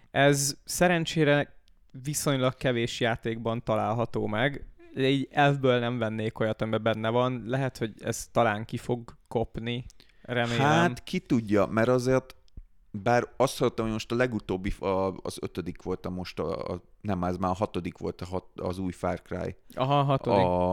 Ez szerencsére viszonylag kevés játékban található meg, de így elfből nem vennék olyat, amiben benne van. Lehet, hogy ez talán ki fog kopni, remélem. Hát ki tudja, mert azért bár azt hallottam, hogy most a legutóbbi, az 5. volt most, nem, ez már a 6. volt az új Far Cry. Aha, 6.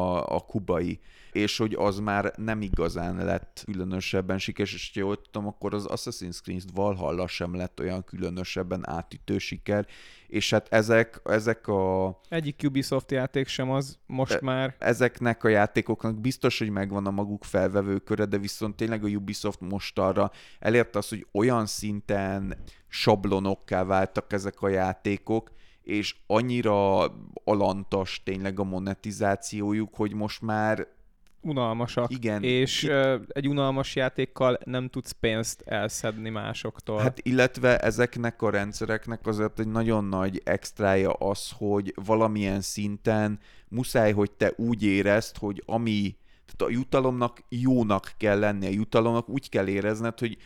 A kubai. És hogy az már nem igazán lett különösebben sikeres, és ha jól tudom, akkor az Assassin's Creed Valhalla sem lett olyan különösebben átütő siker, és hát ezek a... Egyik Ubisoft játék sem az most már. Ezeknek a játékoknak biztos, hogy megvan a maguk felvevőköre, de viszont tényleg a Ubisoft most arra elérte azt, hogy olyan szinten sablonokká váltak ezek a játékok, és annyira alantas tényleg a monetizációjuk, hogy most már unalmasak. Igen. És egy unalmas játékkal nem tudsz pénzt elszedni másoktól. Hát illetve ezeknek a rendszereknek azért egy nagyon nagy extrája az, hogy valamilyen szinten muszáj, hogy te úgy érezd, hogy tehát a jutalomnak jónak kell lenni, a jutalomnak úgy kell érezned, hogy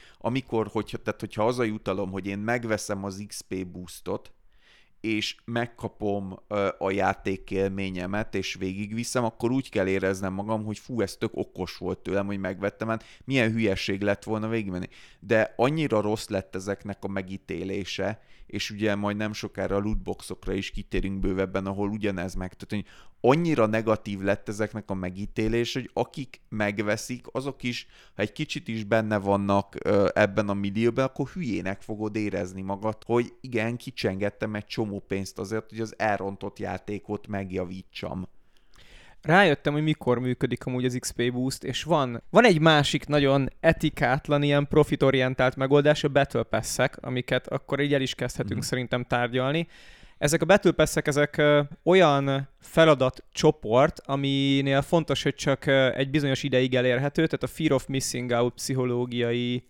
hogyha az a jutalom, hogy én megveszem az XP boostot, és megkapom a játékélményemet, és végigviszem, akkor úgy kell éreznem magam, hogy fú, ez tök okos volt tőlem, hogy megvettem, hát milyen hülyeség lett volna végigmenni. De annyira rossz lett ezeknek a megítélése, és ugye majd nem sokára a lootboxokra is kitérünk bővebben, ahol ugyanez megtörténik. Annyira negatív lett ezeknek a megítélés, hogy akik megveszik, azok is, ha egy kicsit is benne vannak ebben a millióban, akkor hülyének fogod érezni magad, hogy igen, kicsengettem egy csomó pénzt azért, hogy az elrontott játékot megjavítsam. Rájöttem, hogy mikor működik amúgy az XP Boost, és van egy másik nagyon etikátlan, ilyen profitorientált megoldás, a Battle Pass-ek, amiket akkor így el is kezdhetünk szerintem tárgyalni. Ezek a Battle Pass-ek, ezek olyan feladatcsoport, aminél fontos, hogy csak egy bizonyos ideig elérhető, tehát a Fear of Missing Out pszichológiai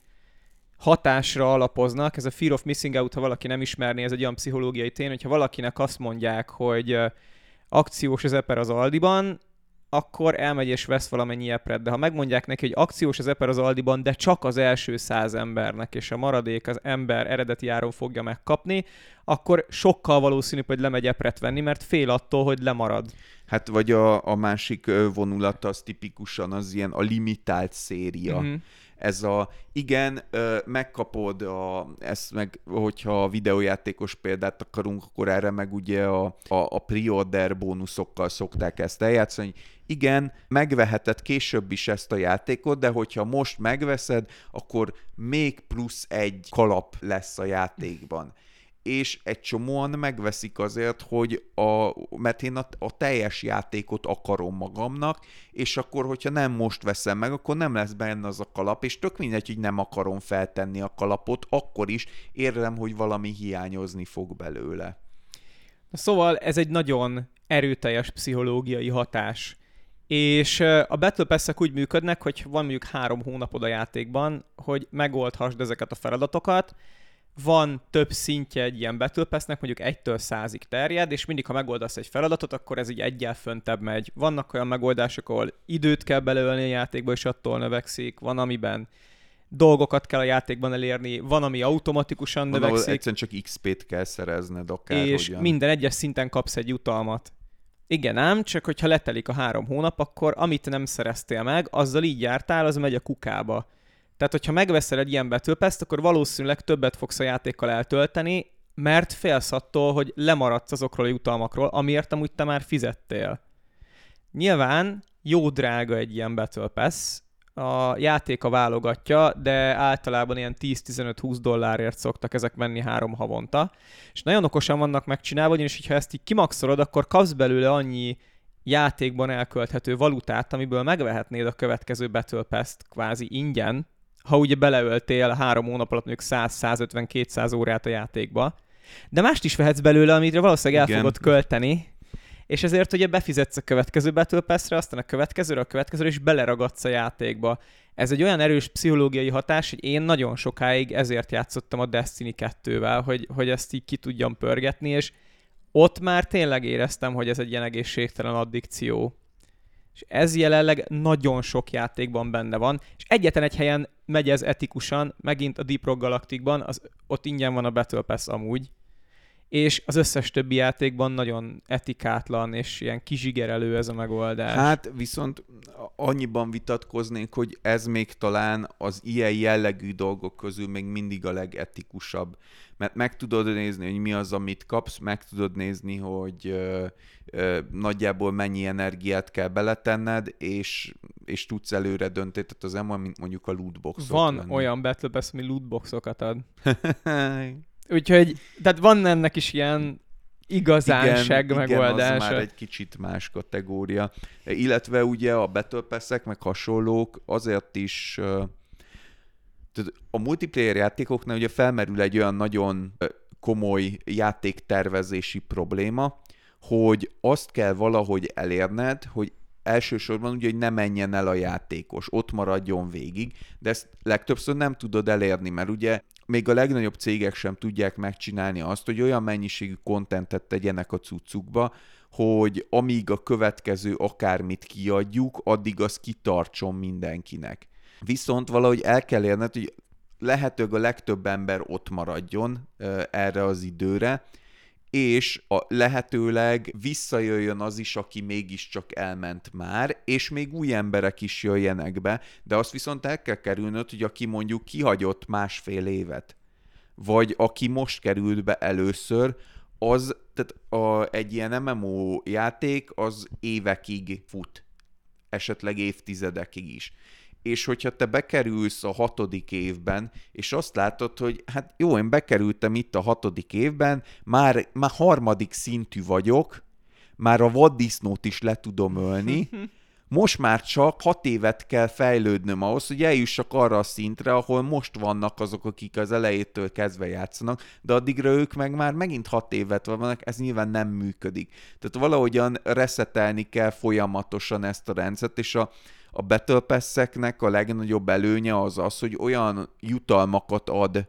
hatásra alapoznak. Ez a Fear of Missing Out, ha valaki nem ismerné, ez egy olyan pszichológiai tény, hogyha valakinek azt mondják, hogy akciós az eper az Aldiban, akkor elmegy és vesz valamennyi epret. De ha megmondják neki, hogy akciós az eper az Aldiban, de csak az első 100 embernek, és a maradék az ember eredeti áron fogja megkapni, akkor sokkal valószínűbb, hogy lemegy epret venni, mert fél attól, hogy lemarad. Hát vagy a másik vonulata az tipikusan az ilyen a limitált széria. Mhm. Ez igen, megkapod ezt meg, hogyha a videójátékos példát akarunk, akkor erre meg ugye a pre-order bónuszokkal szokták ezt eljátszani, hogy igen, megveheted később is ezt a játékot, de hogyha most megveszed, akkor még plusz egy kalap lesz a játékban. És egy csomóan megveszik azért, hogy mert én a teljes játékot akarom magamnak, és akkor, hogyha nem most veszem meg, akkor nem lesz benne az a kalap, és tök mindegy, hogy nem akarom feltenni a kalapot, akkor is érzem, hogy valami hiányozni fog belőle. Szóval ez egy nagyon erőteljes pszichológiai hatás. És a Battle Pass-ek úgy működnek, hogy van mondjuk 3 hónapod a játékban, hogy megoldhassd ezeket a feladatokat. Van több szintje egy ilyen Battle Pass-nek, mondjuk 1-től 100-ig terjed, és mindig, ha megoldasz egy feladatot, akkor ez így egyel föntebb megy. Vannak olyan megoldások, ahol időt kell beleölni a játékba, és attól növekszik. Van, amiben dolgokat kell a játékban elérni, van, ami automatikusan növekszik. Egyszerűen csak XP-t kell szerezned akár. És hogyan. minden egyes szinten kapsz egy jutalmat. Igen ám, csak hogyha letelik a 3 hónap, akkor amit nem szereztél meg, azzal így jártál, az megy a kukába. Tehát, hogyha megveszel egy ilyen Battle Pass-t, akkor valószínűleg többet fogsz a játékkal eltölteni, mert félsz attól, hogy lemaradsz azokról a jutalmakról, amiért amúgy te már fizettél. Nyilván jó drága egy ilyen Battle Pass, a játéka válogatja, de általában ilyen $10-15-20 szoktak ezek menni 3 havonta. És nagyon okosan vannak megcsinálva, ugyanis ha ezt így kimaxolod, akkor kapsz belőle annyi játékban elkölthető valutát, amiből megvehetnéd a következő Battle Pass-t kvázi ingyen, ha ugye beleöltél 3 hónap alatt mondjuk 100-150-200 órát a játékba. De mást is vehetsz belőle, amire valószínűleg el fogod költeni, és ezért ugye befizetsz a következő Battle Pass-re, aztán a következőre, és beleragadsz a játékba. Ez egy olyan erős pszichológiai hatás, hogy én nagyon sokáig ezért játszottam a Destiny 2-vel, hogy ezt így ki tudjam pörgetni, és ott már tényleg éreztem, hogy ez egy ilyen egészségtelen addikció. És ez jelenleg nagyon sok játékban benne van, és egyetlen egy helyen megy ez etikusan, megint a Deep Rock Galacticban, ott ingyen van a Battle Pass amúgy, és az összes többi játékban nagyon etikátlan és ilyen kizsigerelő ez a megoldás. Hát viszont annyiban vitatkoznék, hogy ez még talán az ilyen jellegű dolgok közül még mindig a legetikusabb. Mert meg tudod nézni, hogy mi az, amit kapsz, meg tudod nézni, hogy nagyjából mennyi energiát kell beletenned, és tudsz előre dönteni, tehát az nem olyan, mint mondjuk a lootboxok. Van lenni. olyan Battle Pass, ami lootboxokat ad. Úgyhogy, tehát van ennek is ilyen igazánság megoldása. Igen, az már egy kicsit más kategória. Illetve ugye a Battle Pass-ek meg hasonlók azért is... A multiplayer játékoknál ugye felmerül egy olyan nagyon komoly játéktervezési probléma, hogy azt kell valahogy elérned, hogy elsősorban ugye, hogy ne menjen el a játékos, ott maradjon végig, de ezt legtöbbször nem tudod elérni, mert ugye még a legnagyobb cégek sem tudják megcsinálni azt, hogy olyan mennyiségű kontentet tegyenek a cuccukba, hogy amíg a következő akármit kiadjuk, addig az kitartson mindenkinek. Viszont valahogy el kell érned, hogy lehetőleg a legtöbb ember ott maradjon erre az időre, és lehetőleg visszajöjjön az is, aki mégiscsak elment már, és még új emberek is jöjjenek be, de azt viszont el kell kerülnöd, hogy aki mondjuk kihagyott 1,5 évet, vagy aki most került be először, az, tehát egy ilyen MMO játék az évekig fut, esetleg évtizedekig is. És hogyha te bekerülsz a 6. évben, és azt látod, hogy hát jó, én bekerültem itt a 6. évben, már 3. szintű vagyok, már a vaddisznót is le tudom ölni, most már csak 6 évet kell fejlődnöm ahhoz, hogy eljussak arra a szintre, ahol most vannak azok, akik az elejétől kezdve játszanak, de addigra ők meg már megint 6 évet vannak, ez nyilván nem működik. Tehát valahogyan reszetelni kell folyamatosan ezt a rendszert, és a Battle Pass-eknek a legnagyobb előnye az, hogy olyan jutalmakat ad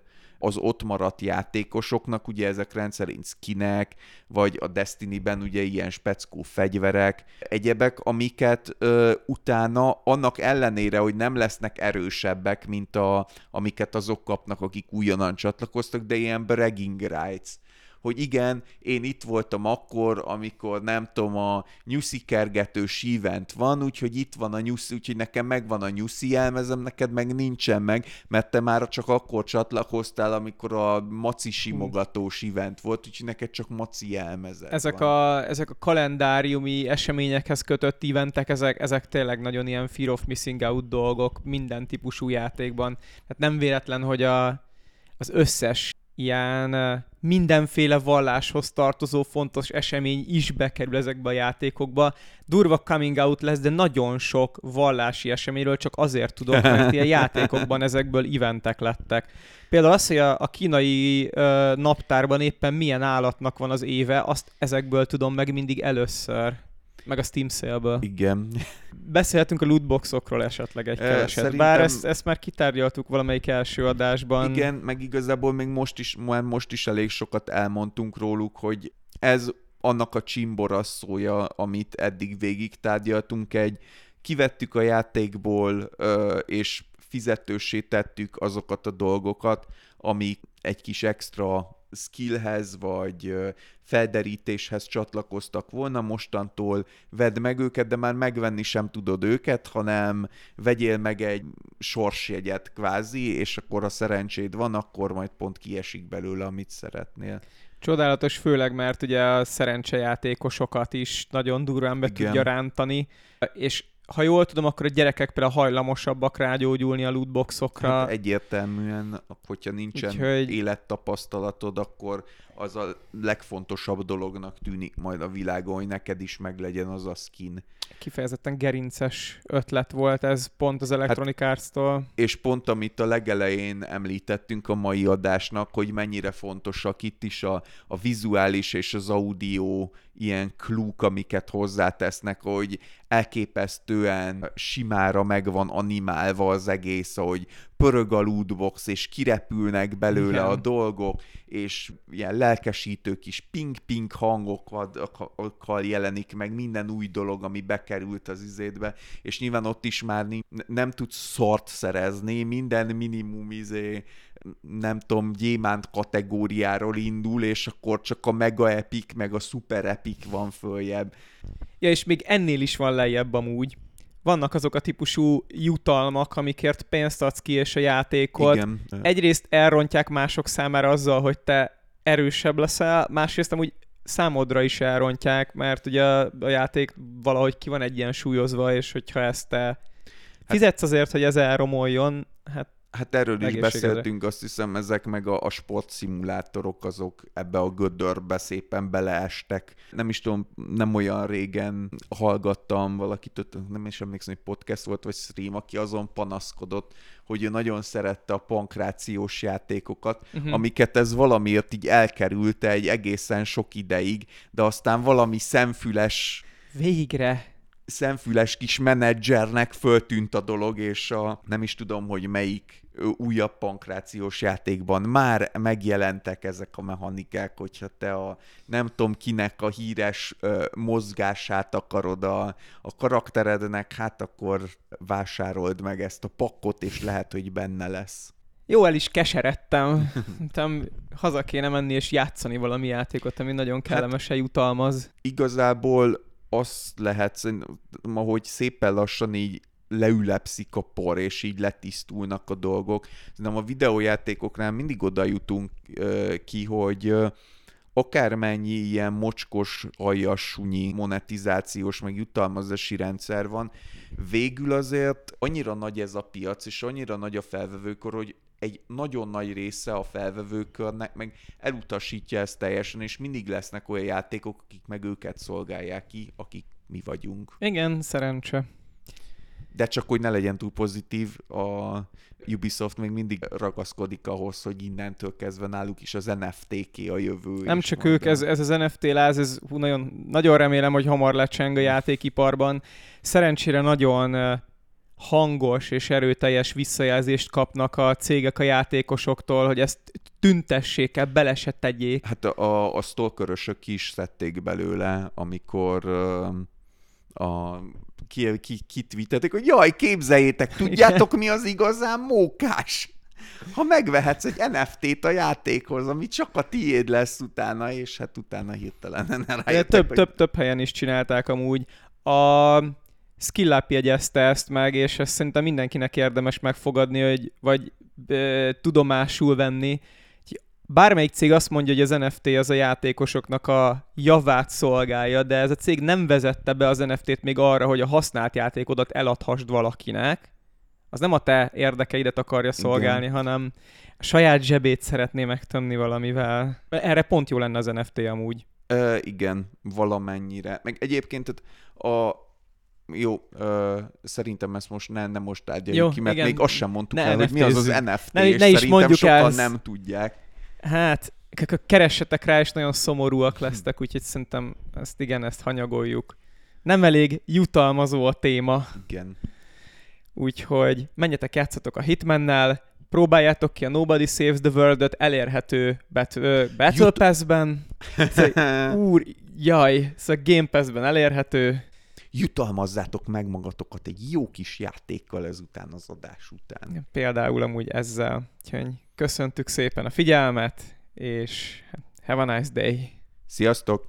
az ott maradt játékosoknak, ugye ezek rendszerint skinek, vagy a Destiny-ben ugye ilyen speckó fegyverek, egyebek, amiket utána annak ellenére, hogy nem lesznek erősebbek, mint amiket azok kapnak, akik újonnan csatlakoztak, de ilyen bragging rights. Hogy igen, én itt voltam akkor, amikor nem tudom, a nyuszi kergetős event van, úgyhogy itt van a nyuszi, úgyhogy nekem megvan a nyuszi jelmezem, neked meg nincsen meg, mert te már csak akkor csatlakoztál, amikor a maci simogatós event volt, úgyhogy neked csak maci jelmezed ezek van. ezek a kalendáriumi eseményekhez kötött eventek, ezek tényleg nagyon ilyen fear of missing out dolgok minden típusú játékban. Tehát nem véletlen, hogy az összes ilyen mindenféle valláshoz tartozó fontos esemény is bekerül ezekbe a játékokba. Durva coming out lesz, de nagyon sok vallási eseményről csak azért tudok, mert ilyen játékokban ezekből eventek lettek. Például az, hogy a kínai naptárban éppen milyen állatnak van az éve, azt ezekből tudom meg mindig először. Meg a Steam Sale-ből. Igen. Beszélhetünk a lootboxokról esetleg egy keveset. Szerintem... Bár ezt már kitárgyaltuk valamelyik első adásban. Igen, meg igazából még most is elég sokat elmondtunk róluk, hogy ez annak a csimborasszója, amit eddig végig tárgyaltunk, kivettük a játékból, és fizetőssé tettük azokat a dolgokat, amik egy kis extra skillhez, vagy felderítéshez csatlakoztak volna, mostantól vedd meg őket, de már megvenni sem tudod őket, hanem vegyél meg egy sorsjegyet kvázi, és akkor ha szerencséd van, akkor majd pont kiesik belőle, amit szeretnél. Csodálatos, főleg, mert ugye a szerencsejátékosokat is nagyon durván be tudja rántani, és ha jól tudom, akkor a gyerekek például hajlamosabbak rágyógyulni a lootboxokra. Hát egyértelműen, hogyha nincsen élettapasztalatod, akkor az a legfontosabb dolognak tűnik majd a világon, hogy neked is meglegyen az a skin. Kifejezetten gerinces ötlet volt ez pont az Electronic Arts-tól. És pont amit a legelején említettünk a mai adásnak, hogy mennyire fontosak itt is a vizuális és az audio ilyen klúk, amiket hozzátesznek, hogy elképesztően simára meg van animálva az egész, hogy pörög a lootbox, és kirepülnek belőle a dolgok, és ilyen lelkesítő kis ping-ping hangokkal jelenik meg minden új dolog, ami bekerült az izédbe, és nyilván ott is már nem tudsz szart szerezni, minden minimum nem tudom, gyémánt kategóriáról indul, és akkor csak a mega epic, meg a super epic van följebb. Ja, és még ennél is van lejjebb amúgy. Vannak azok a típusú jutalmak, amikért pénzt adsz ki, és a játékot Igen. Egyrészt elrontják mások számára azzal, hogy te erősebb leszel, másrészt amúgy számodra is elrontják, mert ugye a játék valahogy ki van egy ilyen súlyozva, és hogyha ezt te fizetsz azért, hogy ez elromoljon, Hát erről is beszéltünk, azt hiszem, ezek meg a sportszimulátorok, azok ebbe a gödörbe szépen beleestek. Nem is tudom, nem olyan régen hallgattam valakit, nem is emlékszem, hogy podcast volt, vagy stream, aki azon panaszkodott, hogy ő nagyon szerette a pankrációs játékokat, amiket ez valamiért így elkerülte egy egészen sok ideig, de aztán valami szemfüles kis menedzsernek föltűnt a dolog, és nem is tudom, hogy melyik újabb pankrációs játékban már megjelentek ezek a mechanikák, hogyha te nem tudom kinek a híres mozgását akarod a karakterednek, hát akkor vásárold meg ezt a pakkot, és lehet, hogy benne lesz. Jó, el is keseredtem. Haza kéne menni és játszani valami játékot, ami nagyon kellemesen jutalmaz. Igazából azt lehet, ahogy szépen lassan így leülepszik a por, és így letisztulnak a dolgok. Szerintem a videójátékoknál mindig oda jutunk ki, hogy akármennyi ilyen mocskos, aljas, sunyi monetizációs, meg jutalmazási rendszer van, végül azért annyira nagy ez a piac, és annyira nagy a felvevőkor, hogy egy nagyon nagy része a felvevőkörnek meg elutasítja ezt teljesen, és mindig lesznek olyan játékok, akik meg őket szolgálják ki, akik mi vagyunk. Igen, szerencse. De csak hogy ne legyen túl pozitív, a Ubisoft még mindig ragaszkodik ahhoz, hogy innentől kezdve náluk is az NFT-ké a jövő. Nem csak ők, ez az NFT láz, nagyon, nagyon remélem, hogy hamar lecseng a játékiparban. Szerencsére nagyon hangos és erőteljes visszajelzést kapnak a cégek a játékosoktól, hogy ezt tüntessék el, bele se tegyék. Hát a stalkerösök ki is szedték belőle, amikor kitweetelték, hogy jaj, képzeljétek, tudjátok mi az igazán mókás? Ha megvehetsz egy NFT-t a játékhoz, ami csak a tiéd lesz utána, és hát utána hirtelen rájöttek, Több helyen is csinálták amúgy. A SkillUp jegyezte ezt meg, és ezt szerintem mindenkinek érdemes megfogadni, vagy tudomásul venni. Bármelyik cég azt mondja, hogy az NFT az a játékosoknak a javát szolgálja, de ez a cég nem vezette be az NFT-t még arra, hogy a használt játékodat eladhassd valakinek. Az nem a te érdekeidet akarja szolgálni, igen, hanem a saját zsebét szeretné megtömni valamivel. Erre pont jó lenne az NFT amúgy. Igen, valamennyire. Meg egyébként szerintem ezt most nem most tárgyaljuk ki, mert igen, még azt sem mondtuk el, hogy mi az az NFT, és szerintem sokan nem tudják. Hát, keressetek rá, és nagyon szomorúak lesztek, úgyhogy szerintem ezt hanyagoljuk. Nem elég jutalmazó a téma. Igen. Úgyhogy menjetek, játszatok a Hitmannel, próbáljátok ki a Nobody Saves the World-öt elérhető Battle Pass-ben. Szóval Game Pass-ben elérhető. Jutalmazzátok meg magatokat egy jó kis játékkal ezután az adás után. Például amúgy ezzel. Úgyhogy köszöntük szépen a figyelmet, és have a nice day. Sziasztok!